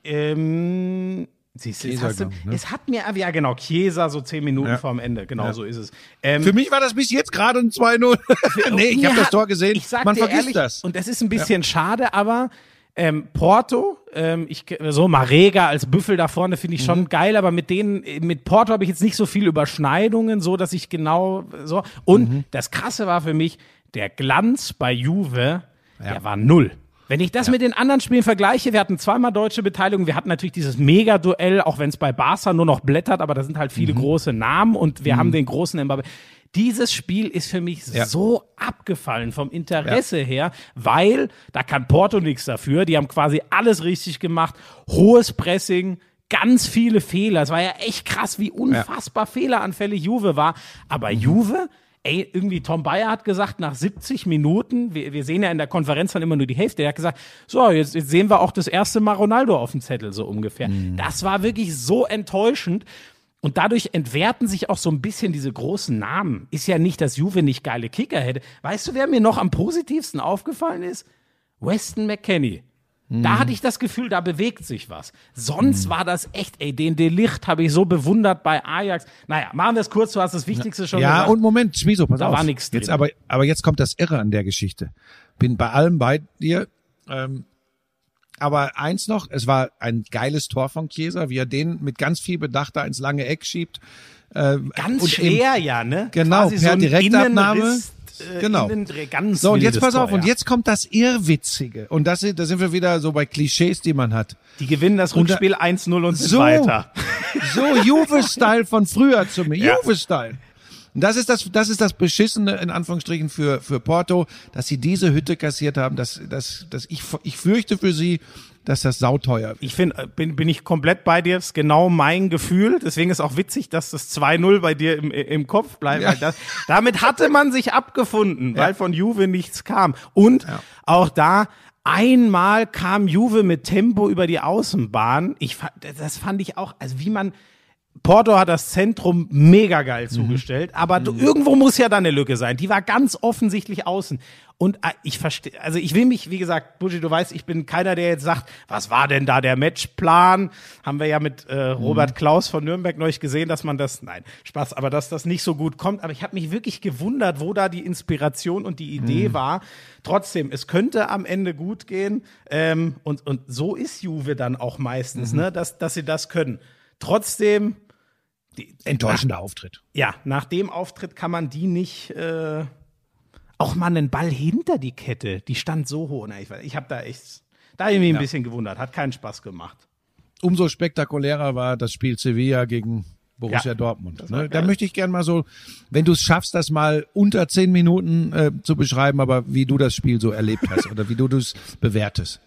Siehst du, es hat mir, ja genau, Chiesa so 10 Minuten vorm Ende, genau so ist es. Für mich war das bis jetzt gerade ein 2-0. Nee, ich habe das Tor gesehen, man vergisst ehrlich, das. Und das ist ein bisschen schade, aber Porto, Marega als Büffel da vorne finde ich schon geil, aber mit Porto habe ich jetzt nicht so viel Überschneidungen, so dass ich genau so. Und das Krasse war für mich, der Glanz bei Juve, der war 0. Wenn ich das mit den anderen Spielen vergleiche, wir hatten zweimal deutsche Beteiligung, wir hatten natürlich dieses Mega-Duell, auch wenn es bei Barca nur noch blättert, aber da sind halt viele große Namen und wir haben den großen Mbappé. Dieses Spiel ist für mich so abgefallen vom Interesse her, weil da kann Porto nichts dafür, die haben quasi alles richtig gemacht, hohes Pressing, ganz viele Fehler, es war ja echt krass, wie unfassbar fehleranfällig Juve war, aber Juve, irgendwie Tom Bayer hat gesagt, nach 70 Minuten, wir sehen ja in der Konferenz dann immer nur die Hälfte, der hat gesagt, so, jetzt sehen wir auch das erste Mal Ronaldo auf dem Zettel, so ungefähr. Das war wirklich so enttäuschend und dadurch entwerten sich auch so ein bisschen diese großen Namen. Ist ja nicht, dass Juve nicht geile Kicker hätte. Weißt du, wer mir noch am positivsten aufgefallen ist? Weston McKennie. Da hatte ich das Gefühl, da bewegt sich was. Sonst war das echt, den De Ligt habe ich so bewundert bei Ajax. Naja, machen wir es kurz, du hast das Wichtigste schon gesagt. Ja, und Moment, Schmieso, pass auf. Da war nichts drin. Jetzt aber jetzt kommt das Irre an der Geschichte. Bin bei allem bei dir, aber eins noch, es war ein geiles Tor von Chiesa, wie er den mit ganz viel Bedacht da ins lange Eck schiebt. Ganz schwer, ne? Genau, quasi per Direktabnahme. Genau. Ganz so, und jetzt pass auf, Tor, und jetzt kommt das Irrwitzige. Und da sind wir wieder so bei Klischees, die man hat. Die gewinnen das Rückspiel 1-0 und sind weiter. So Juve-Style von früher zu mir. Juve-Style. Und das ist das Beschissene, in Anführungsstrichen, für Porto, dass sie diese Hütte kassiert haben, dass ich fürchte für sie, dass das sauteuer wird. Ich finde, bin ich komplett bei dir, das ist genau mein Gefühl. Deswegen ist auch witzig, dass das 2-0 bei dir im Kopf bleibt. Ja. Damit hatte man sich abgefunden, weil von Juve nichts kam. Und auch da, einmal kam Juve mit Tempo über die Außenbahn. Das fand ich auch, also wie man, Porto hat das Zentrum mega geil zugestellt, aber irgendwo muss ja da eine Lücke sein. Die war ganz offensichtlich außen. Und ich verstehe, also ich will mich, wie gesagt, Buschi, du weißt, ich bin keiner, der jetzt sagt, was war denn da der Matchplan? Haben wir ja mit Robert Klaus von Nürnberg neulich gesehen, dass man nein, Spaß, aber dass das nicht so gut kommt. Aber ich habe mich wirklich gewundert, wo da die Inspiration und die Idee war. Trotzdem, es könnte am Ende gut gehen. Und so ist Juve dann auch meistens, ne, dass sie das können. Trotzdem enttäuschender Auftritt. Ja, nach dem Auftritt kann man die nicht auch mal einen Ball hinter die Kette, die stand so hoch. Ich habe da irgendwie ein bisschen gewundert, hat keinen Spaß gemacht. Umso spektakulärer war das Spiel Sevilla gegen Borussia Dortmund. Ne? Da möchte ich gerne mal so, wenn du es schaffst, das mal unter 10 Minuten zu beschreiben, aber wie du das Spiel so erlebt hast oder wie du es bewertest.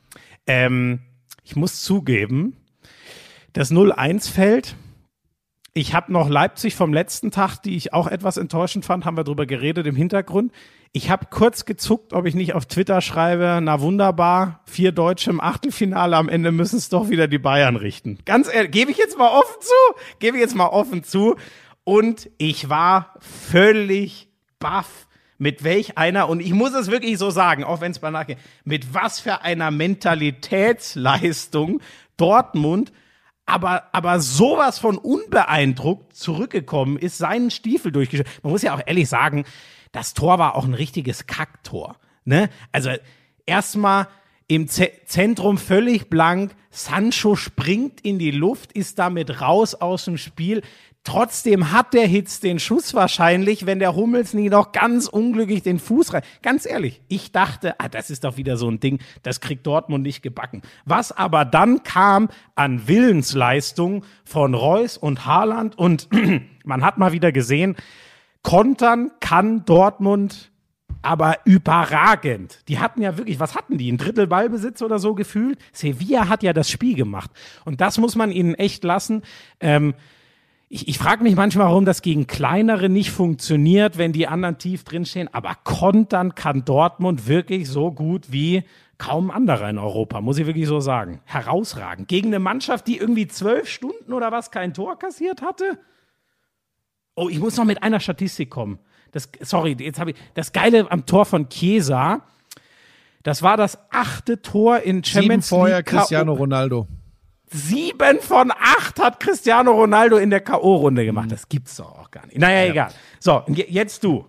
Ich muss zugeben, das 0-1 fällt. Ich habe noch Leipzig vom letzten Tag, die ich auch etwas enttäuschend fand, haben wir drüber geredet im Hintergrund. Ich habe kurz gezuckt, ob ich nicht auf Twitter schreibe, na wunderbar, 4 Deutsche im Achtelfinale, am Ende müssen es doch wieder die Bayern richten. Ganz ehrlich, gebe ich jetzt mal offen zu. Und ich war völlig baff, mit welch einer, und ich muss es wirklich so sagen, auch wenn es banal geht, mit was für einer Mentalitätsleistung Dortmund aber sowas von unbeeindruckt zurückgekommen ist, seinen Stiefel durchgeschüttelt. Man muss ja auch ehrlich sagen, das Tor war auch ein richtiges Kacktor, ne? Also erstmal im Zentrum völlig blank, Sancho springt in die Luft, ist damit raus aus dem Spiel. Trotzdem hat der Hitz den Schuss wahrscheinlich, wenn der Hummels nie noch ganz unglücklich den Fuß rein. Ganz ehrlich, ich dachte, das ist doch wieder so ein Ding, das kriegt Dortmund nicht gebacken. Was aber dann kam an Willensleistung von Reus und Haaland und man hat mal wieder gesehen, kontern kann Dortmund aber überragend. Die hatten ja wirklich, was hatten die? Ein Drittel Ballbesitz oder so gefühlt? Sevilla hat ja das Spiel gemacht. Und das muss man ihnen echt lassen. Ich frage mich manchmal, warum das gegen Kleinere nicht funktioniert, wenn die anderen tief drinstehen. Aber kontern kann Dortmund wirklich so gut wie kaum anderer in Europa, muss ich wirklich so sagen. Herausragend. Gegen eine Mannschaft, die irgendwie 12 Stunden oder was kein Tor kassiert hatte. Oh, ich muss noch mit einer Statistik kommen. Jetzt habe ich das Geile am Tor von Chiesa. Das war das 8. Tor in Champions League. Vorher Cristiano Ronaldo. 7 von 8 hat Cristiano Ronaldo in der K.O.-Runde gemacht. Das gibt's doch auch gar nicht. Naja, egal. So, jetzt du.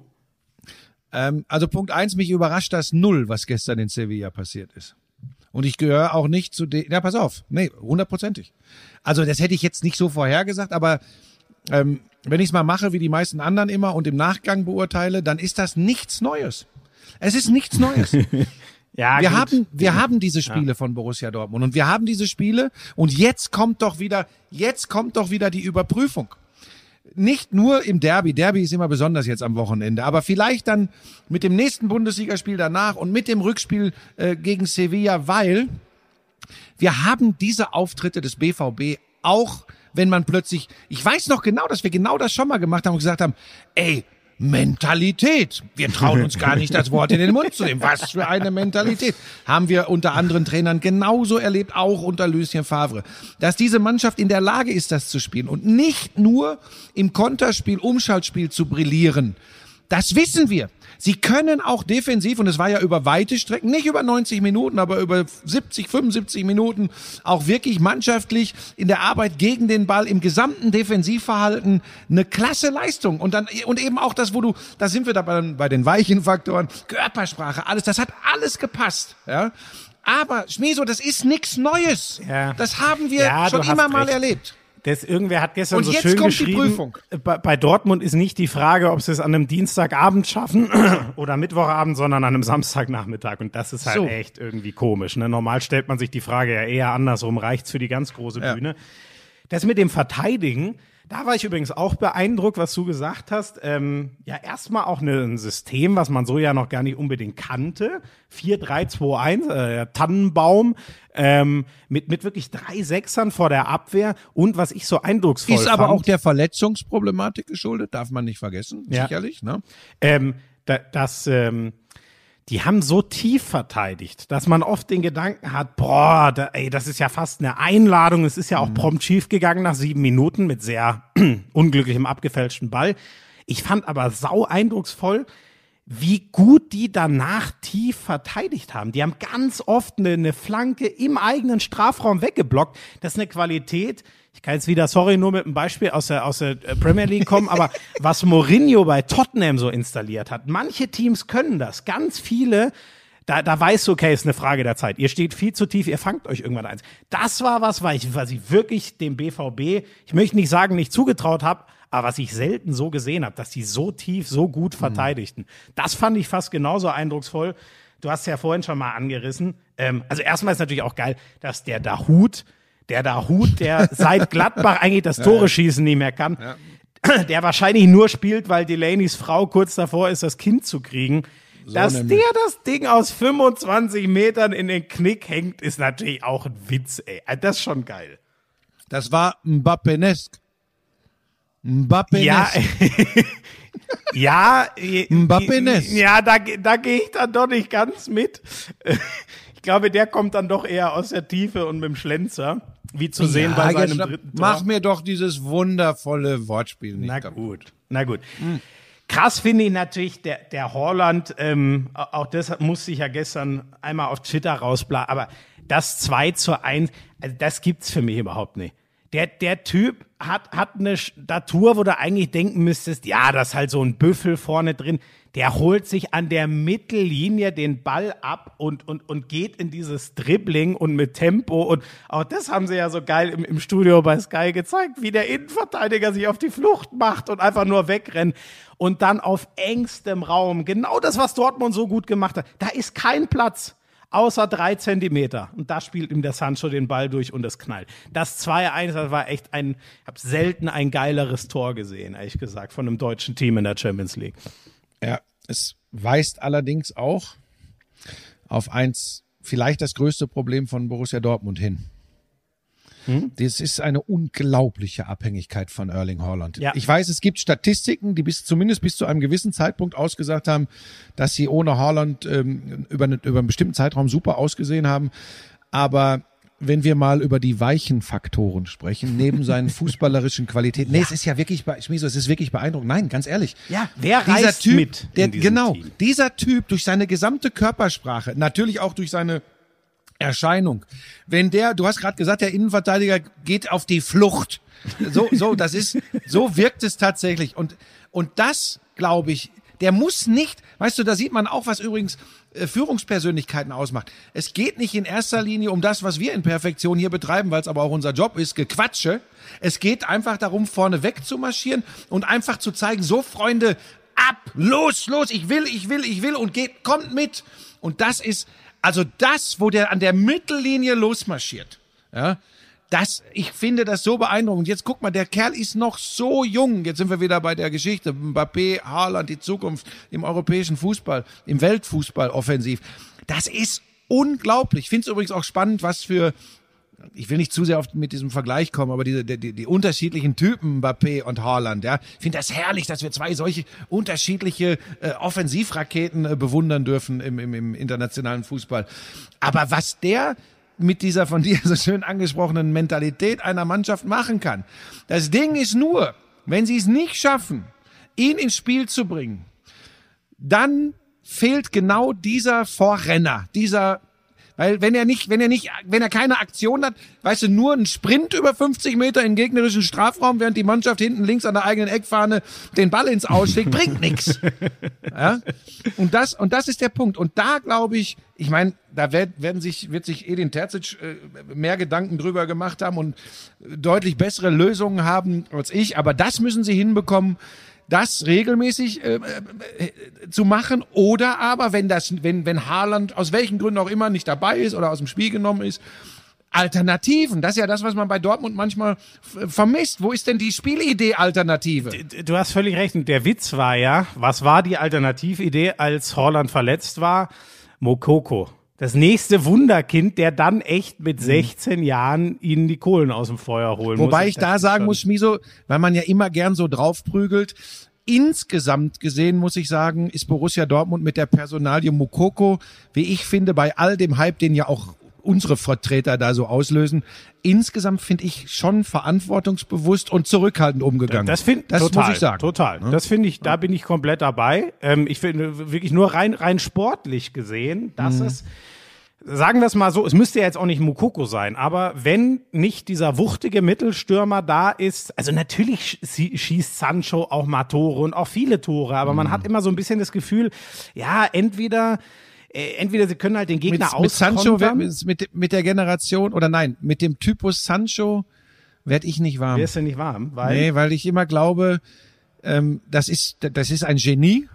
Also Punkt 1, mich überrascht das 0, was gestern in Sevilla passiert ist. Und ich gehöre auch nicht zu den, ja, pass auf, nee, 100%. Also das hätte ich jetzt nicht so vorhergesagt, aber wenn ich es mal mache, wie die meisten anderen immer und im Nachgang beurteile, dann ist das nichts Neues. Es ist nichts Neues. Ja, wir haben diese Spiele von Borussia Dortmund und wir haben diese Spiele und jetzt kommt doch wieder die Überprüfung. Nicht nur im Derby ist immer besonders jetzt am Wochenende, aber vielleicht dann mit dem nächsten Bundesligaspiel danach und mit dem Rückspiel gegen Sevilla, weil wir haben diese Auftritte des BVB auch, wenn man plötzlich, ich weiß noch genau, dass wir genau das schon mal gemacht haben und gesagt haben, ey, Mentalität. Wir trauen uns gar nicht, das Wort in den Mund zu nehmen. Was für eine Mentalität. Haben wir unter anderen Trainern genauso erlebt, auch unter Lucien Favre. Dass diese Mannschaft in der Lage ist, das zu spielen und nicht nur im Konterspiel, Umschaltspiel zu brillieren. Das wissen wir. Sie können auch defensiv, und es war ja über weite Strecken, nicht über 90 Minuten, aber über 70, 75 Minuten, auch wirklich mannschaftlich in der Arbeit gegen den Ball, im gesamten Defensivverhalten eine klasse Leistung. Und eben auch das, da sind wir da bei den weichen Faktoren, Körpersprache, alles, das hat alles gepasst, ja. Aber, Schmieso, das ist nichts Neues. Ja. Das haben wir schon immer mal erlebt. Irgendwer hat gestern so schön geschrieben, bei Dortmund ist nicht die Frage, ob sie es an einem Dienstagabend schaffen oder Mittwochabend, sondern an einem Samstagnachmittag. Und das ist halt echt irgendwie komisch. Ne? Normal stellt man sich die Frage ja eher andersrum, reicht's für die ganz große Bühne. Das mit dem Verteidigen, Da war ich übrigens auch beeindruckt, was du gesagt hast. Ja, erstmal auch ein System, was man so ja noch gar nicht unbedingt kannte. 4-3-2-1, Tannenbaum, mit wirklich 3 Sechsern vor der Abwehr. Und was ich so eindrucksvoll fand. Ist aber auch der Verletzungsproblematik geschuldet, darf man nicht vergessen, sicherlich. Ne? Die haben so tief verteidigt, dass man oft den Gedanken hat, boah, das ist ja fast eine Einladung. Es ist ja auch prompt schief gegangen nach 7 Minuten mit sehr unglücklichem abgefälschten Ball. Ich fand aber sau eindrucksvoll, wie gut die danach tief verteidigt haben. Die haben ganz oft eine Flanke im eigenen Strafraum weggeblockt. Das ist eine Qualität. Ich kann jetzt wieder, nur mit einem Beispiel aus der Premier League kommen, aber was Mourinho bei Tottenham so installiert hat, manche Teams können das, ganz viele, da weißt du, okay, ist eine Frage der Zeit. Ihr steht viel zu tief, ihr fangt euch irgendwann eins. Das war was ich wirklich dem BVB, ich möchte nicht sagen, nicht zugetraut habe, aber was ich selten so gesehen habe, dass die so tief, so gut verteidigten. Das fand ich fast genauso eindrucksvoll. Du hast ja vorhin schon mal angerissen. Also erstmal ist natürlich auch geil, dass der Dahoud, der seit Gladbach eigentlich das Tore-Schießen nicht mehr kann, der wahrscheinlich nur spielt, weil Delaneys Frau kurz davor ist, das Kind zu kriegen. So dass nämlich der das Ding aus 25 Metern in den Knick hängt, ist natürlich auch ein Witz, ey. Das ist schon geil. Das war Mbappé-nesk. Ja, Mbappé-nesk. Ja, da gehe ich dann doch nicht ganz mit. Ich glaube, der kommt dann doch eher aus der Tiefe und mit dem Schlenzer, wie zu sehen bei seinem dritten Tor. Mach mir doch dieses wundervolle Wortspiel nicht. Na gut. Krass finde ich natürlich der Haaland, auch das musste ich ja gestern einmal auf Twitter rausblasen, aber das 2:1, also das gibt's für mich überhaupt nicht. Der Typ hat eine Statur, wo du eigentlich denken müsstest, ja, das ist halt so ein Büffel vorne drin. Der holt sich an der Mittellinie den Ball ab und geht in dieses Dribbling und mit Tempo. Und auch das haben sie ja so geil im Studio bei Sky gezeigt, wie der Innenverteidiger sich auf die Flucht macht und einfach nur wegrennt. Und dann auf engstem Raum, genau das, was Dortmund so gut gemacht hat. Da ist kein Platz. Außer 3 Zentimeter. Und da spielt ihm der Sancho den Ball durch und es knallt. Das 2:1, das war echt ich habe selten ein geileres Tor gesehen, ehrlich gesagt, von einem deutschen Team in der Champions League. Ja, es weist allerdings auch auf vielleicht das größte Problem von Borussia Dortmund hin. Das ist eine unglaubliche Abhängigkeit von Erling Haaland. Ja. Ich weiß, es gibt Statistiken, die zumindest bis zu einem gewissen Zeitpunkt ausgesagt haben, dass sie ohne Haaland über einen bestimmten Zeitraum super ausgesehen haben. Aber wenn wir mal über die weichen Faktoren sprechen, neben seinen fußballerischen Qualitäten, es ist ja wirklich, Schmieso, es ist wirklich beeindruckend. Nein, ganz ehrlich. Ja, wer reißt mit? Dieser Typ durch seine gesamte Körpersprache, natürlich auch durch seine Erscheinung. Du hast gerade gesagt, der Innenverteidiger geht auf die Flucht. So wirkt es tatsächlich. Und das, glaube ich, der muss nicht, weißt du, da sieht man auch, was übrigens Führungspersönlichkeiten ausmacht. Es geht nicht in erster Linie um das, was wir in Perfektion hier betreiben, weil es aber auch unser Job ist, Gequatsche. Es geht einfach darum, vorne weg zu marschieren und einfach zu zeigen, so Freunde, ab, los, ich will und kommt mit. Und das ist, also das, wo der an der Mittellinie losmarschiert, ja, ich finde das so beeindruckend. Und jetzt guck mal, der Kerl ist noch so jung. Jetzt sind wir wieder bei der Geschichte. Mbappé, Haaland, die Zukunft im europäischen Fußball, im Weltfußball offensiv. Das ist unglaublich. Ich finde es übrigens auch spannend, ich will nicht zu sehr oft mit diesem Vergleich kommen, aber die unterschiedlichen Typen Mbappé und Haaland, ja. Ich finde das herrlich, dass wir 2 solche unterschiedliche Offensivraketen bewundern dürfen im internationalen Fußball. Aber was der mit dieser von dir so schön angesprochenen Mentalität einer Mannschaft machen kann. Das Ding ist nur, wenn sie es nicht schaffen, ihn ins Spiel zu bringen, dann fehlt genau dieser Vorrenner, weil wenn er keine Aktion hat, weißt du, nur ein Sprint über 50 Meter in gegnerischen Strafraum, während die Mannschaft hinten links an der eigenen Eckfahne den Ball ins Ausschlägt, bringt nichts. Ja? Und das ist der Punkt. Und da glaube ich meine, da wird sich Edin Terzic mehr Gedanken drüber gemacht haben und deutlich bessere Lösungen haben als ich. Aber das müssen sie hinbekommen, das regelmäßig zu machen, oder aber wenn Haaland aus welchen Gründen auch immer nicht dabei ist oder aus dem Spiel genommen ist, Alternativen. Das ist ja das, was man bei Dortmund manchmal vermisst. Wo ist denn die Spielidee-Alternative? Du hast völlig recht. Und der Witz war ja, was war die Alternatividee, als Haaland verletzt war? Moukoko. Das nächste Wunderkind, der dann echt mit 16 Jahren ihnen die Kohlen aus dem Feuer holen muss. Wobei ich da sagen muss, Schmiso, weil man ja immer gern so draufprügelt, insgesamt gesehen, muss ich sagen, ist Borussia Dortmund mit der Personalie Moukoko, wie ich finde, bei all dem Hype, den ja auch unsere Vertreter da so auslösen, insgesamt finde ich schon verantwortungsbewusst und zurückhaltend umgegangen. Das total, muss ich sagen. Total. Ja? Das finde ich, da bin ich komplett dabei. Ich finde wirklich nur rein sportlich gesehen, dass es, sagen wir es mal so, es müsste ja jetzt auch nicht Moukoko sein, aber wenn nicht dieser wuchtige Mittelstürmer da ist, also natürlich schießt Sancho auch mal Tore und auch viele Tore, aber man hat immer so ein bisschen das Gefühl, ja, entweder sie können halt den Gegner auskontern. Mit Sancho, mit der Generation, oder nein, mit dem Typus Sancho werde ich nicht warm. Wirst du nicht warm? Weil ich immer glaube, das ist ein Genie.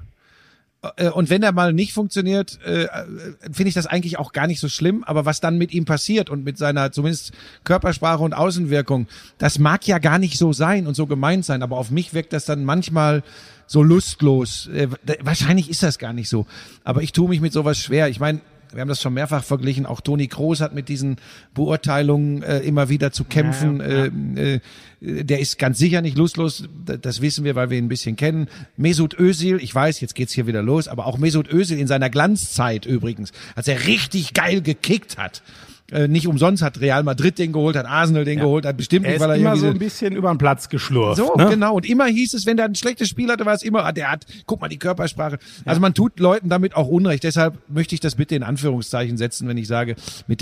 Und wenn er mal nicht funktioniert, finde ich das eigentlich auch gar nicht so schlimm. Aber was dann mit ihm passiert und mit seiner zumindest Körpersprache und Außenwirkung, das mag ja gar nicht so sein und so gemeint sein. Aber auf mich wirkt das dann manchmal so lustlos. Wahrscheinlich ist das gar nicht so. Aber ich tue mich mit sowas schwer. Ich meine, wir haben das schon mehrfach verglichen. Auch Toni Kroos hat mit diesen Beurteilungen immer wieder zu kämpfen. Ja. Der ist ganz sicher nicht lustlos. Das wissen wir, weil wir ihn ein bisschen kennen. Mesut Özil, ich weiß, jetzt geht's hier wieder los, aber auch Mesut Özil in seiner Glanzzeit übrigens, als er richtig geil gekickt hat. Nicht umsonst hat Real Madrid den geholt, hat Arsenal den geholt, hat bestimmt nicht, weil er immer so ein bisschen über den Platz geschlurft. So, ne? Genau. Und immer hieß es, wenn der ein schlechtes Spiel hatte, war es immer, guck mal, die Körpersprache. Also man tut Leuten damit auch Unrecht. Deshalb möchte ich das bitte in Anführungszeichen setzen, wenn ich sage, mit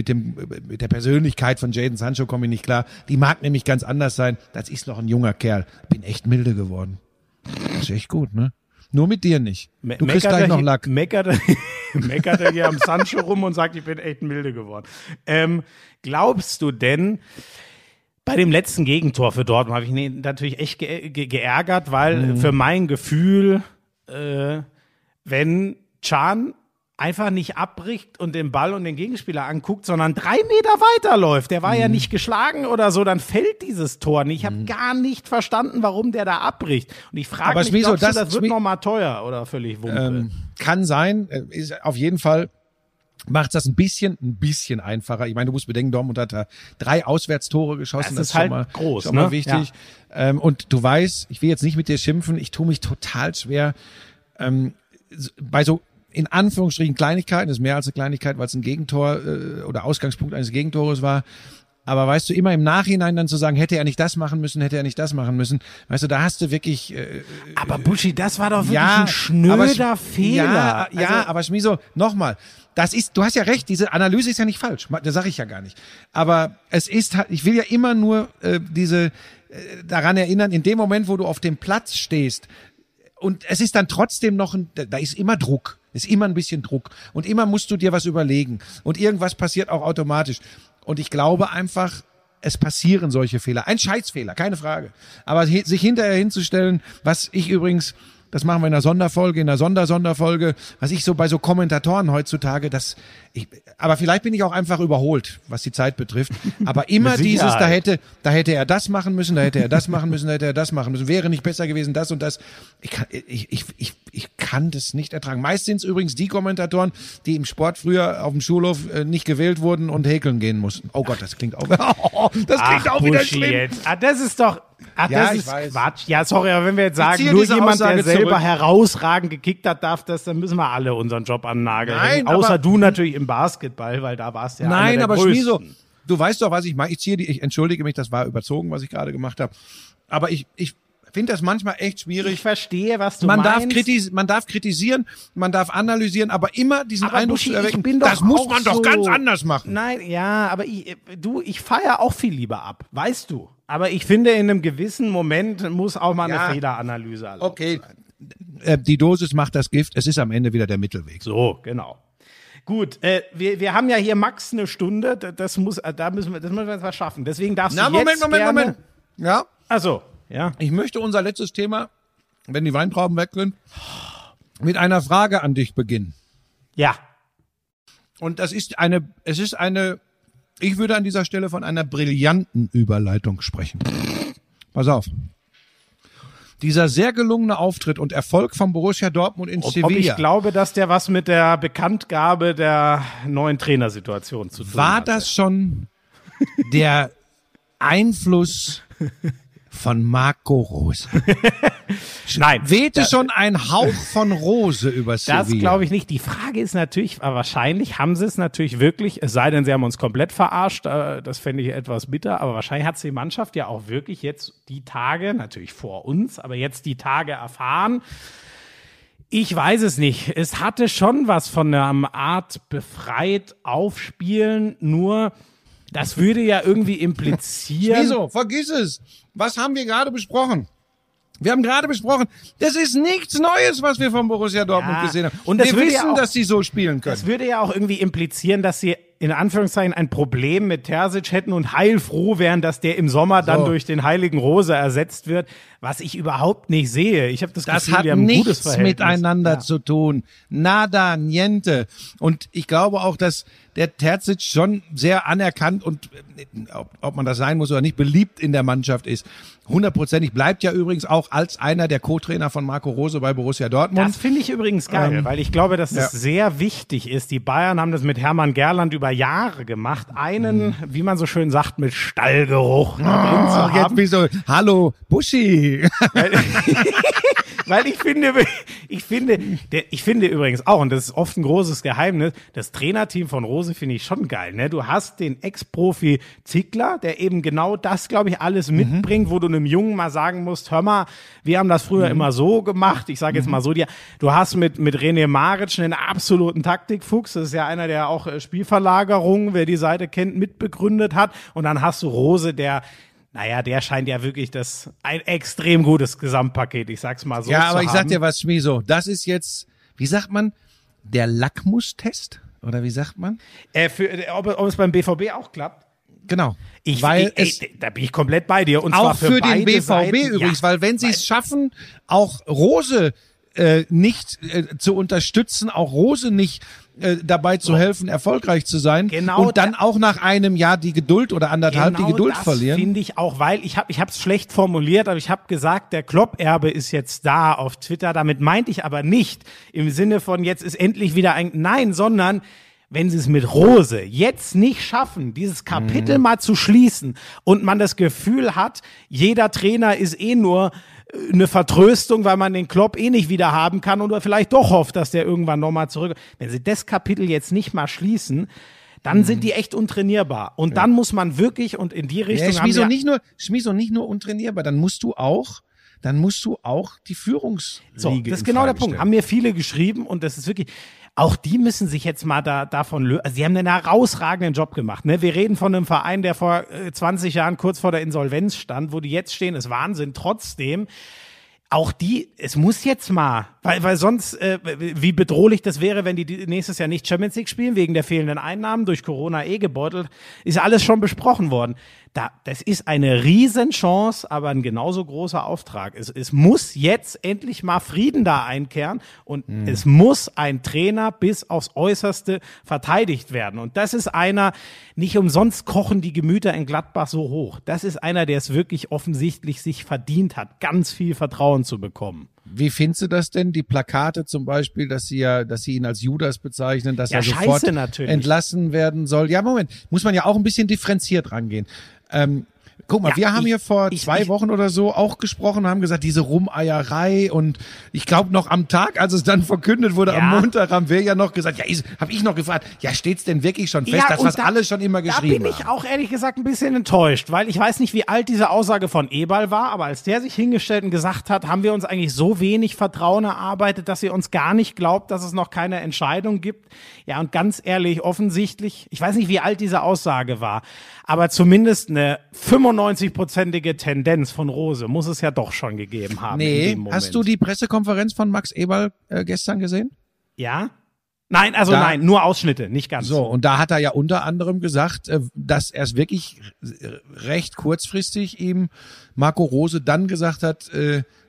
der Persönlichkeit von Jadon Sancho komme ich nicht klar. Die mag nämlich ganz anders sein. Das ist noch ein junger Kerl. Bin echt milde geworden. Das ist echt gut, ne? Nur mit dir nicht. Du kriegst gleich noch Lack. Meckert er hier am Sancho rum und sagt, ich bin echt milde geworden. Glaubst du denn, bei dem letzten Gegentor für Dortmund habe ich ihn natürlich echt geärgert, weil für mein Gefühl, wenn Can einfach nicht abbricht und den Ball und den Gegenspieler anguckt, sondern 3 Meter weiterläuft. Der war ja nicht geschlagen oder so, dann fällt dieses Tor nicht. Ich habe gar nicht verstanden, warum der da abbricht. Und ich frage mich, glaubst du, das wird nochmal teuer oder völlig Wumpe? Kann sein. Ist auf jeden Fall macht das ein bisschen einfacher. Ich meine, du musst bedenken, Dortmund hat da 3 Auswärtstore geschossen. Das ist halt groß, schon mal wichtig. Ja. Und du weißt, ich will jetzt nicht mit dir schimpfen, ich tue mich total schwer bei so in Anführungsstrichen Kleinigkeiten, das ist mehr als eine Kleinigkeit, weil es ein Gegentor oder Ausgangspunkt eines Gegentores war. Aber weißt du, immer im Nachhinein dann zu sagen, hätte er nicht das machen müssen, hätte er nicht das machen müssen. Weißt du, da hast du wirklich... aber Buschi, das war doch wirklich ein schnöder Fehler. Ja, aber Schmiso, nochmal, du hast ja recht, diese Analyse ist ja nicht falsch, das sage ich ja gar nicht. Aber es ist halt, ich will ja immer nur daran erinnern, in dem Moment, wo du auf dem Platz stehst, und es ist dann trotzdem da ist immer Druck, ist immer ein bisschen Druck. Und immer musst du dir was überlegen. Und irgendwas passiert auch automatisch. Und ich glaube einfach, es passieren solche Fehler. Ein Scheißfehler, keine Frage. Aber sich hinterher hinzustellen, was ich übrigens, das machen wir in einer Sonderfolge, in einer Sonderfolge, was ich so bei so Kommentatoren heutzutage, aber vielleicht bin ich auch einfach überholt, was die Zeit betrifft. Aber immer dieses, da hätte er das machen müssen, da hätte er das machen müssen, da hätte er das machen müssen. Wäre nicht besser gewesen, das und das. Ich kann das nicht ertragen. Meist sind es übrigens die Kommentatoren, die im Sport früher auf dem Schulhof nicht gewählt wurden und häkeln gehen mussten. Oh Gott, das klingt auch, wieder schlimm. Jetzt. Das ist doch, das ist weiß. Quatsch. Ja, sorry, aber wenn wir jetzt sagen, nur jemand, der selber herausragend gekickt hat, dann müssen wir alle unseren Job an den Nagel hängen. Außer du natürlich im Basketball, weil da warst du ja einer der größten. Schmiso, du weißt doch, was ich meine. Ich entschuldige mich, das war überzogen, was ich gerade gemacht habe. Aber ich finde das manchmal echt schwierig. Ich verstehe, was du meinst. Man darf kritisieren, man darf analysieren, aber immer diesen Eindruck zu erwecken, das muss man doch ganz anders machen. Nein, ja, aber ich feiere auch viel lieber ab, weißt du. Aber ich finde, in einem gewissen Moment muss auch mal eine Fehleranalyse erlaubt sein. Die Dosis macht das Gift, es ist am Ende wieder der Mittelweg. So, genau. Gut, wir haben ja hier max eine Stunde, das müssen wir jetzt was schaffen. Deswegen darfst du Moment. Ja. Achso, ja. Ich möchte unser letztes Thema, wenn die Weintrauben weg sind, mit einer Frage an dich beginnen. Ja. Und es ist eine Ich würde an dieser Stelle von einer brillanten Überleitung sprechen. Pass auf. Dieser sehr gelungene Auftritt und Erfolg von Borussia Dortmund in Sevilla. Ob ich glaube, dass der was mit der Bekanntgabe der neuen Trainersituation zu tun hat. War das schon der Einfluss von Marco Rose? Nein. Wehte schon ein Hauch von Rose über Sevilla? Das glaube ich nicht. Die Frage ist natürlich, wahrscheinlich haben sie es natürlich wirklich, es sei denn, sie haben uns komplett verarscht, das fände ich etwas bitter, aber wahrscheinlich hat die Mannschaft ja auch wirklich jetzt die Tage, natürlich vor uns, aber jetzt die Tage erfahren. Ich weiß es nicht. Es hatte schon was von einer Art befreit aufspielen, nur das würde ja irgendwie implizieren. Wieso? Vergiss es. Was haben wir gerade besprochen? Wir haben gerade besprochen, das ist nichts Neues, was wir von Borussia Dortmund gesehen haben. Und wir wissen, dass sie so spielen können. Das würde ja auch irgendwie implizieren, dass sie in Anführungszeichen ein Problem mit Terzic hätten und heilfroh wären, dass der im Sommer dann durch den heiligen Rose ersetzt wird, was ich überhaupt nicht sehe. Ich habe das Gefühl, wir haben ein gutes Verhältnis. Das hat nichts miteinander zu tun. Nada, niente. Und ich glaube auch, dass der Terzic schon sehr anerkannt und, ob man das sein muss oder nicht, beliebt in der Mannschaft ist. 100%. Bleibt ja übrigens auch als einer der Co-Trainer von Marco Rose bei Borussia Dortmund. Das finde ich übrigens geil, weil ich glaube, dass das sehr wichtig ist. Die Bayern haben das mit Hermann Gerland über Jahre gemacht. Einen, wie man so schön sagt, mit Stallgeruch drin zu haben. Jetzt so, hallo, Buschi. Weil ich finde übrigens auch, und das ist oft ein großes Geheimnis, das Trainerteam von Rose finde ich schon geil, ne? Du hast den Ex-Profi Ziegler, der eben genau das, glaube ich, alles mitbringt, wo du einem Jungen mal sagen musst, hör mal, wir haben das früher immer so gemacht, ich sage jetzt mal so dir, du hast mit René Maric einen absoluten Taktikfuchs, das ist ja einer, der auch Spielverlagerung, wer die Seite kennt, mitbegründet hat, und dann hast du Rose, der scheint ja wirklich ein extrem gutes Gesamtpaket, ich sag's mal so. Ja, aber ich sag dir was, Schmieso, das ist jetzt, wie sagt man, der Lackmustest? Oder wie sagt man? Ob es beim BVB auch klappt? Genau. Da bin ich komplett bei dir. Und auch zwar für den BVB Seiten, übrigens, weil wenn sie es schaffen, auch Rose nicht zu unterstützen, auch Rose nicht dabei zu helfen, erfolgreich zu sein, genau, und dann auch nach einem Jahr die Geduld oder anderthalb die Geduld verlieren. Das finde ich auch, weil ich habe es schlecht formuliert, aber ich habe gesagt, der Klopp-Erbe ist jetzt da auf Twitter. Damit meinte ich aber nicht im Sinne von jetzt ist endlich wieder nein, sondern wenn sie es mit Rose jetzt nicht schaffen, dieses Kapitel mal zu schließen und man das Gefühl hat, jeder Trainer ist nur eine Vertröstung, weil man den Klopp nicht wieder haben kann oder vielleicht doch hofft, dass der irgendwann nochmal zurück. Wenn sie das Kapitel jetzt nicht mal schließen, dann sind die echt untrainierbar. Und dann muss man wirklich, und in die Richtung Schmieso, nicht nur untrainierbar, dann musst du auch die Führungsriege so, das ist genau der Punkt. Haben mir viele geschrieben, und das ist wirklich, auch die müssen sich jetzt mal davon lösen. Also sie haben einen herausragenden Job gemacht. Ne? Wir reden von einem Verein, der vor 20 Jahren kurz vor der Insolvenz stand, wo die jetzt stehen, ist Wahnsinn. Trotzdem, auch es muss jetzt mal, weil sonst, wie bedrohlich das wäre, wenn die nächstes Jahr nicht Champions League spielen, wegen der fehlenden Einnahmen, durch Corona gebeutelt, ist alles schon besprochen worden. Das ist eine Riesenchance, aber ein genauso großer Auftrag. Es muss jetzt endlich mal Frieden da einkehren, und es muss ein Trainer bis aufs Äußerste verteidigt werden. Und das ist einer, nicht umsonst kochen die Gemüter in Gladbach so hoch. Das ist einer, der es wirklich offensichtlich sich verdient hat, ganz viel Vertrauen zu bekommen. Wie findest du das denn, die Plakate zum Beispiel, dass sie ihn als Judas bezeichnen, dass er sofort entlassen werden soll? Ja, Moment, muss man ja auch ein bisschen differenziert rangehen. Guck mal, wir haben hier vor 2 Wochen oder so auch gesprochen und haben gesagt, diese Rumeierei, und ich glaube noch am Tag, als es dann verkündet wurde, am Montag haben wir ja noch gesagt, habe ich noch gefragt, steht's denn wirklich schon fest, das was alle schon immer geschrieben haben? Da bin ich auch ehrlich gesagt ein bisschen enttäuscht, weil ich weiß nicht, wie alt diese Aussage von Eberl war, aber als der sich hingestellt und gesagt hat, haben wir uns eigentlich so wenig Vertrauen erarbeitet, dass ihr uns gar nicht glaubt, dass es noch keine Entscheidung gibt. Ja, und ganz ehrlich, offensichtlich, ich weiß nicht, wie alt diese Aussage war, aber zumindest eine 95-prozentige Tendenz von Rose muss es ja doch schon gegeben haben. Nee, in dem Moment. Hast du die Pressekonferenz von Max Eberl gestern gesehen? Ja. Nein, nein, nur Ausschnitte, nicht ganz. So, und da hat er ja unter anderem gesagt, dass er es wirklich recht kurzfristig ihm Marco Rose dann gesagt hat,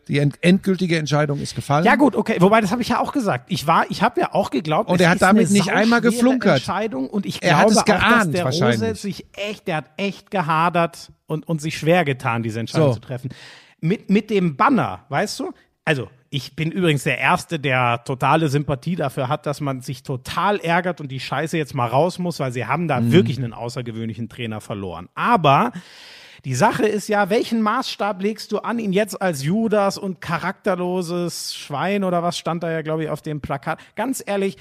Die endgültige Entscheidung ist gefallen. Ja gut, okay, wobei das habe ich ja auch gesagt. Ich habe ja auch geglaubt, und er hat damit nicht einmal geflunkert. Entscheidung und ich glaube auch, geahnt, dass der Rose der hat echt gehadert und sich schwer getan, diese Entscheidung zu treffen. Mit dem Banner, weißt du? Also, ich bin übrigens der Erste, der totale Sympathie dafür hat, dass man sich total ärgert und die Scheiße jetzt mal raus muss, weil sie haben da wirklich einen außergewöhnlichen Trainer verloren. Aber die Sache ist ja, welchen Maßstab legst du an, ihn jetzt als Judas und charakterloses Schwein oder was stand da ja, glaube ich, auf dem Plakat? Ganz ehrlich,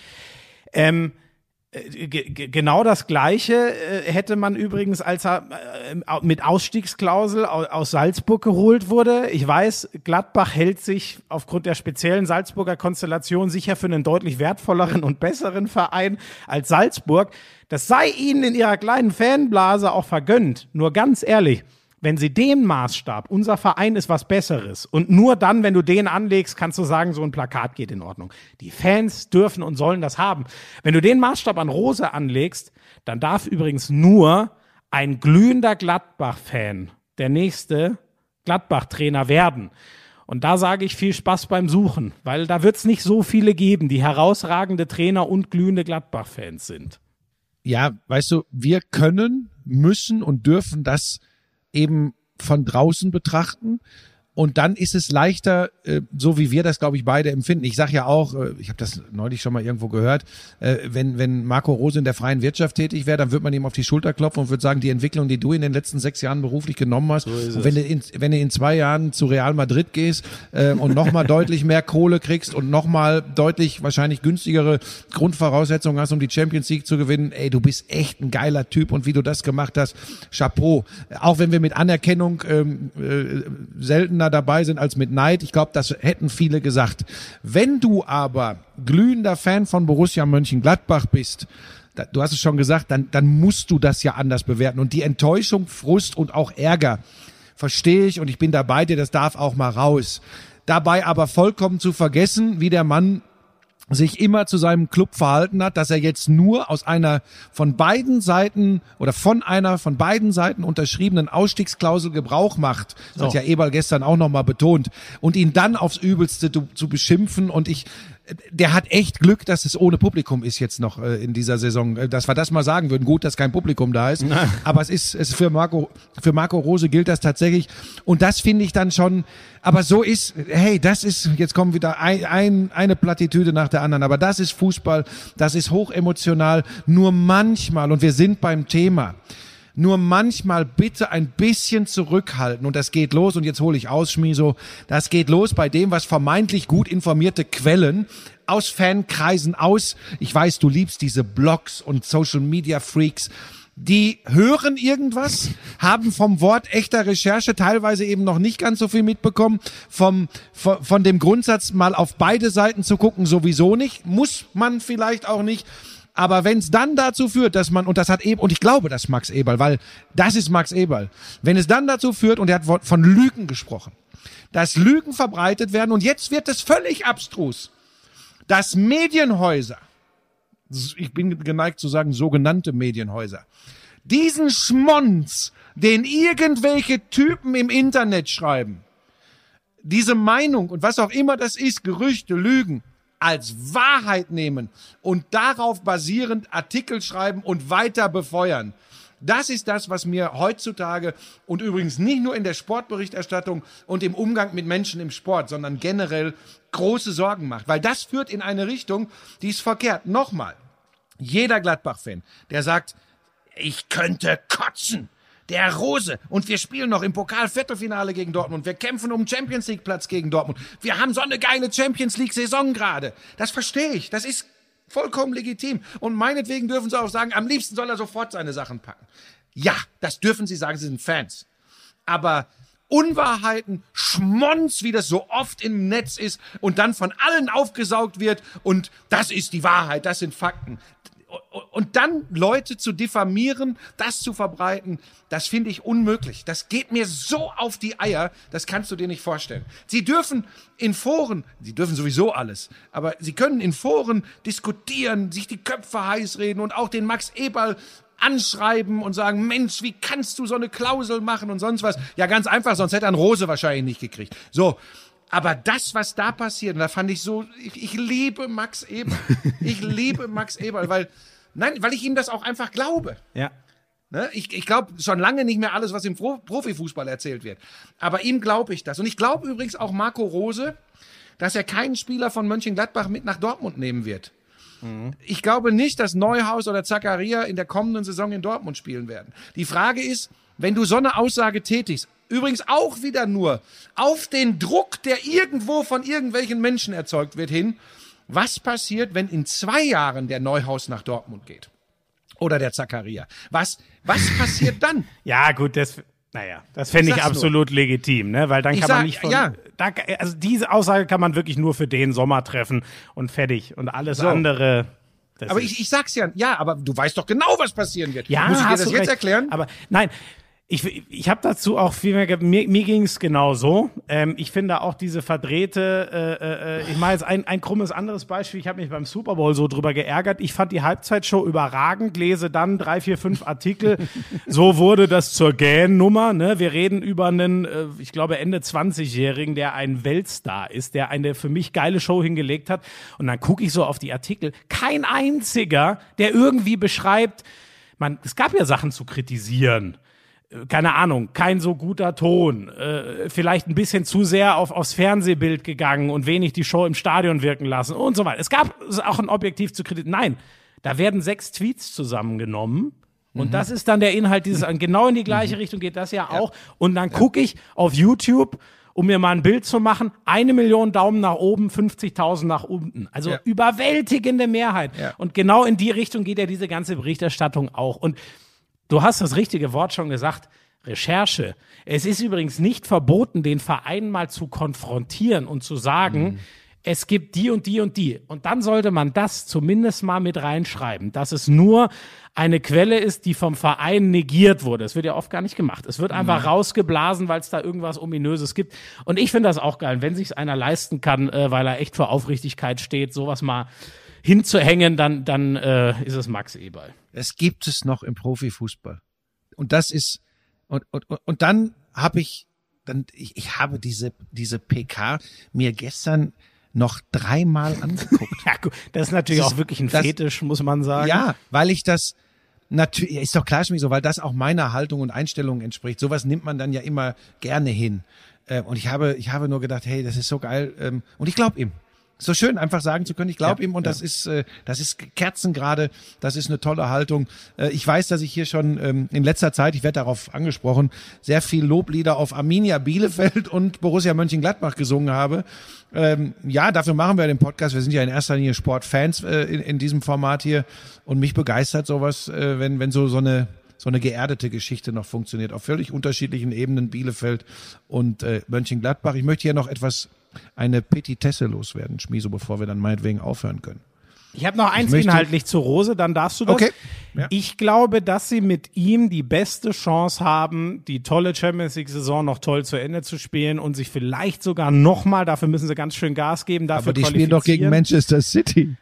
genau das Gleiche hätte man übrigens, als er mit Ausstiegsklausel aus Salzburg geholt wurde. Ich weiß, Gladbach hält sich aufgrund der speziellen Salzburger Konstellation sicher für einen deutlich wertvolleren und besseren Verein als Salzburg. Das sei ihnen in ihrer kleinen Fanblase auch vergönnt. Nur ganz ehrlich, wenn sie den Maßstab, unser Verein ist was Besseres und nur dann, wenn du den anlegst, kannst du sagen, so ein Plakat geht in Ordnung. Die Fans dürfen und sollen das haben. Wenn du den Maßstab an Rose anlegst, dann darf übrigens nur ein glühender Gladbach-Fan der nächste Gladbach-Trainer werden. Und da sage ich viel Spaß beim Suchen, weil da wird es nicht so viele geben, die herausragende Trainer und glühende Gladbach-Fans sind. Ja, weißt du, wir können, müssen und dürfen das eben von draußen betrachten. Und dann ist es leichter, so wie wir das, glaube ich, beide empfinden. Ich sage ja auch, ich habe das neulich schon mal irgendwo gehört, wenn Marco Rose in der freien Wirtschaft tätig wäre, dann würde man ihm auf die Schulter klopfen und würde sagen, die Entwicklung, die du in den letzten 6 Jahren beruflich genommen hast, und wenn du in 2 Jahren zu Real Madrid gehst und nochmal deutlich mehr Kohle kriegst und nochmal deutlich wahrscheinlich günstigere Grundvoraussetzungen hast, um die Champions League zu gewinnen, ey, du bist echt ein geiler Typ und wie du das gemacht hast, Chapeau. Auch wenn wir mit Anerkennung seltener dabei sind als mit Neid. Ich glaube, das hätten viele gesagt. Wenn du aber glühender Fan von Borussia Mönchengladbach bist, du hast es schon gesagt, dann musst du das ja anders bewerten. Und die Enttäuschung, Frust und auch Ärger verstehe ich und ich bin da bei dir, das darf auch mal raus. Dabei aber vollkommen zu vergessen, wie der Mann sich immer zu seinem Club verhalten hat, dass er jetzt nur aus einer von beiden Seiten unterschriebenen Ausstiegsklausel Gebrauch macht. Das hat ja Eberl gestern auch nochmal betont. Und ihn dann aufs Übelste zu beschimpfen. Und der hat echt Glück, dass es ohne Publikum ist jetzt noch in dieser Saison. Dass wir das mal sagen würden. Gut, dass kein Publikum da ist. Nein. Aber es ist für Marco Rose gilt das tatsächlich. Und das finde ich dann schon, aber so ist, hey, das ist, jetzt kommen wieder eine Plattitüde nach der anderen. Aber das ist Fußball. Das ist hochemotional. Nur manchmal, und wir sind beim Thema, nur manchmal bitte ein bisschen zurückhalten. Und das geht los, und jetzt hole ich aus, Schmieso, das geht los bei dem, was vermeintlich gut informierte Quellen aus Fankreisen ich weiß, du liebst diese Blogs und Social-Media-Freaks, die hören irgendwas, haben vom Wort echter Recherche teilweise eben noch nicht ganz so viel mitbekommen, von dem Grundsatz mal auf beide Seiten zu gucken, sowieso nicht, muss man vielleicht auch nicht. Aber wenn es dann dazu führt, dass man, und ich glaube, das ist Max Eberl, weil das ist Max Eberl, wenn es dann dazu führt, und er hat von Lügen gesprochen, dass Lügen verbreitet werden, und jetzt wird es völlig abstrus, dass Medienhäuser, ich bin geneigt zu sagen, sogenannte Medienhäuser, diesen Schmonz, den irgendwelche Typen im Internet schreiben, diese Meinung und was auch immer das ist, Gerüchte, Lügen, als Wahrheit nehmen und darauf basierend Artikel schreiben und weiter befeuern. Das ist das, was mir heutzutage, und übrigens nicht nur in der Sportberichterstattung und im Umgang mit Menschen im Sport, sondern generell große Sorgen macht. Weil das führt in eine Richtung, die ist verkehrt. Nochmal, jeder Gladbach-Fan, der sagt, ich könnte kotzen, der Rose, und wir spielen noch im Pokal-Viertelfinale gegen Dortmund, wir kämpfen um Champions-League-Platz gegen Dortmund, wir haben so eine geile Champions-League-Saison gerade. Das verstehe ich, das ist vollkommen legitim. Und meinetwegen dürfen sie auch sagen, am liebsten soll er sofort seine Sachen packen. Ja, das dürfen sie sagen, sie sind Fans. Aber Unwahrheiten, Schmonz, wie das so oft im Netz ist und dann von allen aufgesaugt wird und das ist die Wahrheit, das sind Fakten. Und dann Leute zu diffamieren, das zu verbreiten, das finde ich unmöglich. Das geht mir so auf die Eier, das kannst du dir nicht vorstellen. Sie dürfen in Foren, sie dürfen sowieso alles, aber sie können in Foren diskutieren, sich die Köpfe heiß reden und auch den Max Eberl anschreiben und sagen, Mensch, wie kannst du so eine Klausel machen und sonst was? Ja, ganz einfach, sonst hätte er einen Rose wahrscheinlich nicht gekriegt. So. Aber das, was da passiert, da fand ich so, ich liebe Max Eberl. Ich liebe Max Eberl, weil ich ihm das auch einfach glaube. Ja. Ne? Ich glaube schon lange nicht mehr alles, was im Profifußball erzählt wird. Aber ihm glaube ich das. Und ich glaube übrigens auch Marco Rose, dass er keinen Spieler von Mönchengladbach mit nach Dortmund nehmen wird. Mhm. Ich glaube nicht, dass Neuhaus oder Zakaria in der kommenden Saison in Dortmund spielen werden. Die Frage ist, wenn du so eine Aussage tätigst, übrigens auch wieder nur auf den Druck, der irgendwo von irgendwelchen Menschen erzeugt wird, hin, was passiert, wenn in 2 Jahren der Neuhaus nach Dortmund geht? Oder der Zakaria. Was passiert dann? Ja, gut, das fände ich absolut legitim, ne? Weil dann kann man nicht also diese Aussage kann man wirklich nur für den Sommer treffen und fertig. Und alles andere. Aber ich sag's ja, aber du weißt doch genau, was passieren wird. Ja, muss ich dir das jetzt erklären? Aber nein. Ich habe dazu auch viel mehr, mir ging es genau so. Ich finde auch diese verdrehte, ich mache jetzt ein krummes anderes Beispiel. Ich habe mich beim Super Bowl so drüber geärgert. Ich fand die Halbzeitshow überragend, lese dann 3, 4, 5 Artikel. So wurde das zur Gähn-Nummer. Ne? Wir reden über einen, ich glaube Ende 20-Jährigen, der ein Weltstar ist, der eine für mich geile Show hingelegt hat. Und dann gucke ich so auf die Artikel. Kein einziger, der irgendwie beschreibt, es gab ja Sachen zu kritisieren. Keine Ahnung, kein so guter Ton, vielleicht ein bisschen zu sehr aufs Fernsehbild gegangen und wenig die Show im Stadion wirken lassen und so weiter. Es gab auch ein Objektiv zu kritisieren. Nein, da werden 6 Tweets zusammengenommen und das ist dann der Inhalt dieses, genau in die gleiche Richtung geht das ja auch. Und dann gucke ich auf YouTube, um mir mal ein Bild zu machen, 1 Million Daumen nach oben, 50.000 nach unten. Also überwältigende Mehrheit. Ja. Und genau in die Richtung geht ja diese ganze Berichterstattung auch. Und du hast das richtige Wort schon gesagt, Recherche. Es ist übrigens nicht verboten, den Verein mal zu konfrontieren und zu sagen, es gibt die und die und die. Und dann sollte man das zumindest mal mit reinschreiben, dass es nur eine Quelle ist, die vom Verein negiert wurde. Es wird ja oft gar nicht gemacht. Es wird einfach rausgeblasen, weil es da irgendwas Ominöses gibt. Und ich finde das auch geil, wenn sich's einer leisten kann, weil er echt für Aufrichtigkeit steht, sowas mal hinzuhängen, dann ist es Max Eberl. Es gibt es noch im Profifußball. Und das ist, und dann habe ich habe diese PK mir gestern noch 3-mal angeguckt. Ja, gut, das ist natürlich auch wirklich ein Fetisch, muss man sagen. Ja, weil ich das natürlich, ist doch klar für mich so, weil das auch meiner Haltung und Einstellung entspricht. Sowas nimmt man dann ja immer gerne hin. Und ich habe nur gedacht, hey, das ist so geil. Und ich glaube ihm. So schön, einfach sagen zu können, ich glaube ihm, und das ist kerzengerade, das ist eine tolle Haltung. Ich weiß, dass ich hier schon in letzter Zeit, ich werde darauf angesprochen, sehr viel Loblieder auf Arminia Bielefeld und Borussia Mönchengladbach gesungen habe. Ja, dafür machen wir den Podcast. Wir sind ja in erster Linie Sportfans in diesem Format hier, und mich begeistert sowas, wenn so eine geerdete Geschichte noch funktioniert, auf völlig unterschiedlichen Ebenen, Bielefeld und Mönchengladbach. Ich möchte hier noch eine Petitesse loswerden, Schmieso, bevor wir dann meinetwegen aufhören können. Ich habe noch eins inhaltlich zu Rose, dann darfst du das. Okay. Ja. Ich glaube, dass sie mit ihm die beste Chance haben, die tolle Champions-League-Saison noch toll zu Ende zu spielen und sich vielleicht sogar nochmal, dafür müssen sie ganz schön Gas geben, dafür aber die spielen doch gegen Manchester City.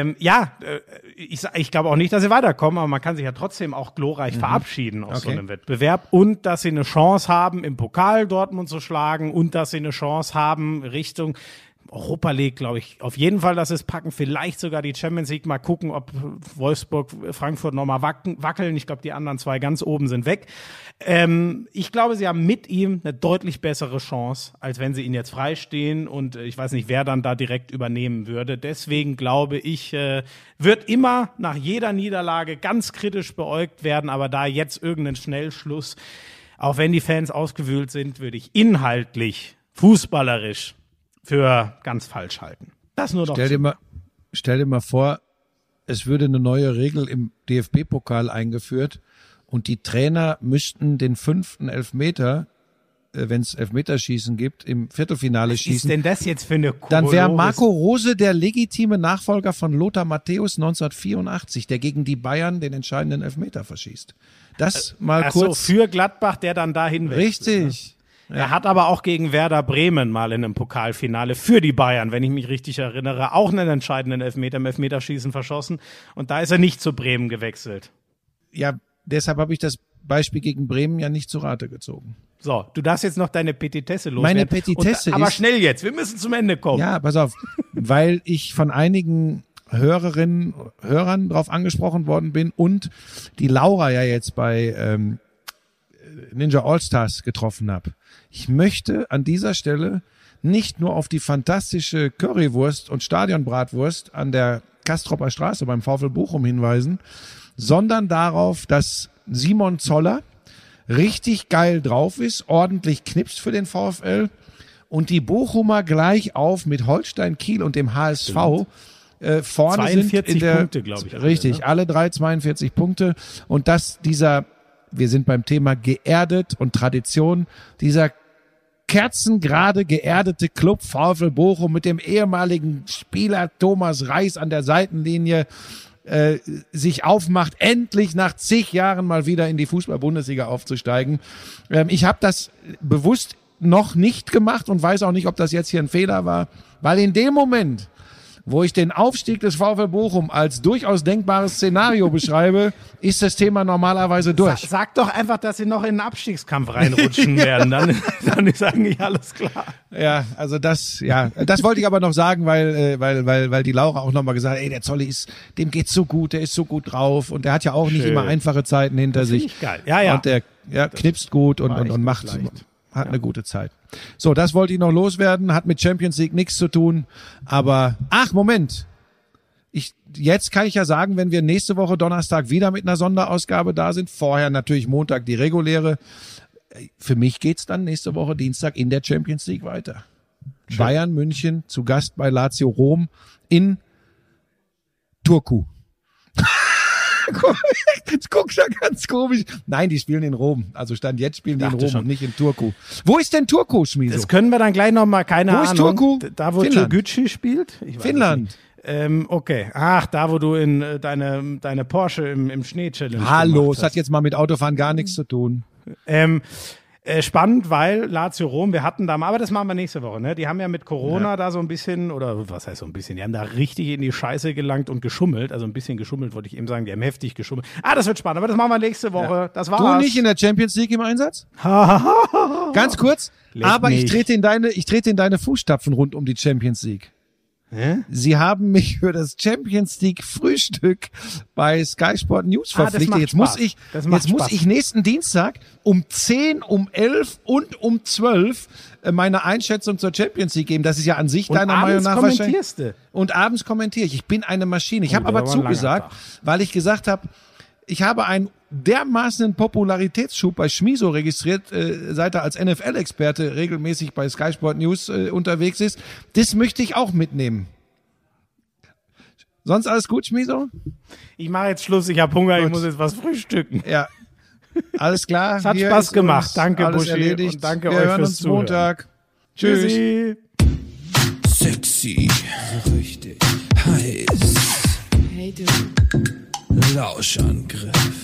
Ich glaube auch nicht, dass sie weiterkommen, aber man kann sich ja trotzdem auch glorreich verabschieden aus so einem Wettbewerb, und dass sie eine Chance haben, im Pokal Dortmund zu schlagen, und dass sie eine Chance haben, Richtung Europa League, glaube ich, auf jeden Fall, dass sie es packen, vielleicht sogar die Champions League, mal gucken, ob Wolfsburg, Frankfurt nochmal wackeln. Ich glaube, die anderen 2 ganz oben sind weg. Ich glaube, sie haben mit ihm eine deutlich bessere Chance, als wenn sie ihn jetzt freistehen, und ich weiß nicht, wer dann da direkt übernehmen würde. Deswegen glaube ich, wird immer nach jeder Niederlage ganz kritisch beäugt werden, aber da jetzt irgendein Schnellschluss, auch wenn die Fans ausgewühlt sind, würde ich inhaltlich, fußballerisch für ganz falsch halten. Das nur doch. Stell dir mal vor, es würde eine neue Regel im DFB-Pokal eingeführt und die Trainer müssten den 5. Elfmeter, wenn es Elfmeterschießen gibt, im Viertelfinale schießen. Was ist denn das jetzt für eine Kokolores? Dann wäre Marco Rose der legitime Nachfolger von Lothar Matthäus 1984, der gegen die Bayern den entscheidenden Elfmeter verschießt. Das mal kurz. So, für Gladbach, der dann dahin wechselt. Richtig. Ne? Er hat aber auch gegen Werder Bremen mal in einem Pokalfinale für die Bayern, wenn ich mich richtig erinnere, auch einen entscheidenden Elfmeter im Elfmeterschießen verschossen. Und da ist er nicht zu Bremen gewechselt. Ja, deshalb habe ich das Beispiel gegen Bremen ja nicht zu Rate gezogen. So, du darfst jetzt noch deine Petitesse loswerden. Meine Petitesse aber schnell jetzt, wir müssen zum Ende kommen. Ja, pass auf, weil ich von einigen Hörern drauf angesprochen worden bin und die Laura ja jetzt bei Ninja All-Stars getroffen habe. Ich möchte an dieser Stelle nicht nur auf die fantastische Currywurst und Stadionbratwurst an der Kastropper Straße beim VfL Bochum hinweisen, sondern darauf, dass Simon Zoller richtig geil drauf ist, ordentlich knipst für den VfL und die Bochumer gleich auf mit Holstein Kiel und dem HSV vorne 42 sind in der Punkte, glaube ich. Richtig, alle 42 Punkte und dass wir sind beim Thema geerdet und Tradition, dieser kerzengerade geerdete Club VfL Bochum mit dem ehemaligen Spieler Thomas Reis an der Seitenlinie sich aufmacht, endlich nach zig Jahren mal wieder in die Fußball-Bundesliga aufzusteigen. Ich habe das bewusst noch nicht gemacht und weiß auch nicht, ob das jetzt hier ein Fehler war, weil in dem Moment, wo ich den Aufstieg des VfL Bochum als durchaus denkbares Szenario beschreibe, ist das Thema normalerweise durch. Sag doch einfach, dass sie noch in den Abstiegskampf reinrutschen werden. Dann ist eigentlich alles klar. Ja, also das wollte ich aber noch sagen, weil die Laura auch nochmal gesagt hat, der Zolli dem geht's so gut, der ist so gut drauf und der hat ja auch nicht immer einfache Zeiten hinter sich. Geil. Ja. Und der knipst gut und hat eine gute Zeit. So, das wollte ich noch loswerden, hat mit Champions League nichts zu tun, aber, Moment. Jetzt kann ich ja sagen, wenn wir nächste Woche Donnerstag wieder mit einer Sonderausgabe da sind, vorher natürlich Montag die reguläre, für mich geht's dann nächste Woche Dienstag in der Champions League weiter. Schön. Bayern München zu Gast bei Lazio Rom in Turku. Jetzt guckst du ja ganz komisch. Nein, die spielen in Rom. Also Stand jetzt spielen die in Rom und nicht in Turku. Wo ist denn Turku, Schmieso? Das können wir dann gleich nochmal, keine Ahnung. Wo ist Turku? Da, wo Djurgården spielt? Finnland. Okay. Ach, da, wo du in deine Porsche im Schnee-Challenge Hallo, es hat jetzt mal mit Autofahren gar nichts zu tun. Spannend, weil Lazio Rom, wir hatten da mal, aber das machen wir nächste Woche, ne? Die haben ja mit Corona da so ein bisschen, oder was heißt so ein bisschen, die haben da richtig in die Scheiße gelangt und geschummelt, also ein bisschen geschummelt, wollte ich eben sagen, die haben heftig geschummelt. Das wird spannend, aber das machen wir nächste Woche, ja. Das war's. Du nicht in der Champions League im Einsatz? Ganz kurz, aber ich trete in deine Fußstapfen rund um die Champions League. Sie haben mich für das Champions League Frühstück bei Sky Sport News verpflichtet. Jetzt muss ich nächsten Dienstag um 10, um 11 und um 12 meine Einschätzung zur Champions League geben. Das ist ja an sich deiner Meinung nach wahrscheinlich. Und abends kommentiere ich. Ich bin eine Maschine. Ich habe aber zugesagt, weil ich gesagt habe, ich habe einen dermaßen Popularitätsschub bei Schmieso registriert, seit er als NFL-Experte regelmäßig bei Sky Sport News unterwegs ist. Das möchte ich auch mitnehmen. Sonst alles gut, Schmieso? Ich mache jetzt Schluss, ich habe Hunger, gut. Ich muss jetzt was frühstücken. Ja, alles klar. Es hat Spaß gemacht. Danke, Buschi. Erledigt. Und danke Wir euch hören fürs uns Zuhören. Montag. Tschüssi. Sexy, so richtig heiß. Hey du. Lauschangriff.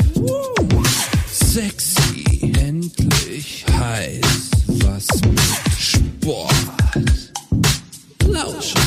Sexy, endlich heiß. Was mit Sport. Lauschangriff.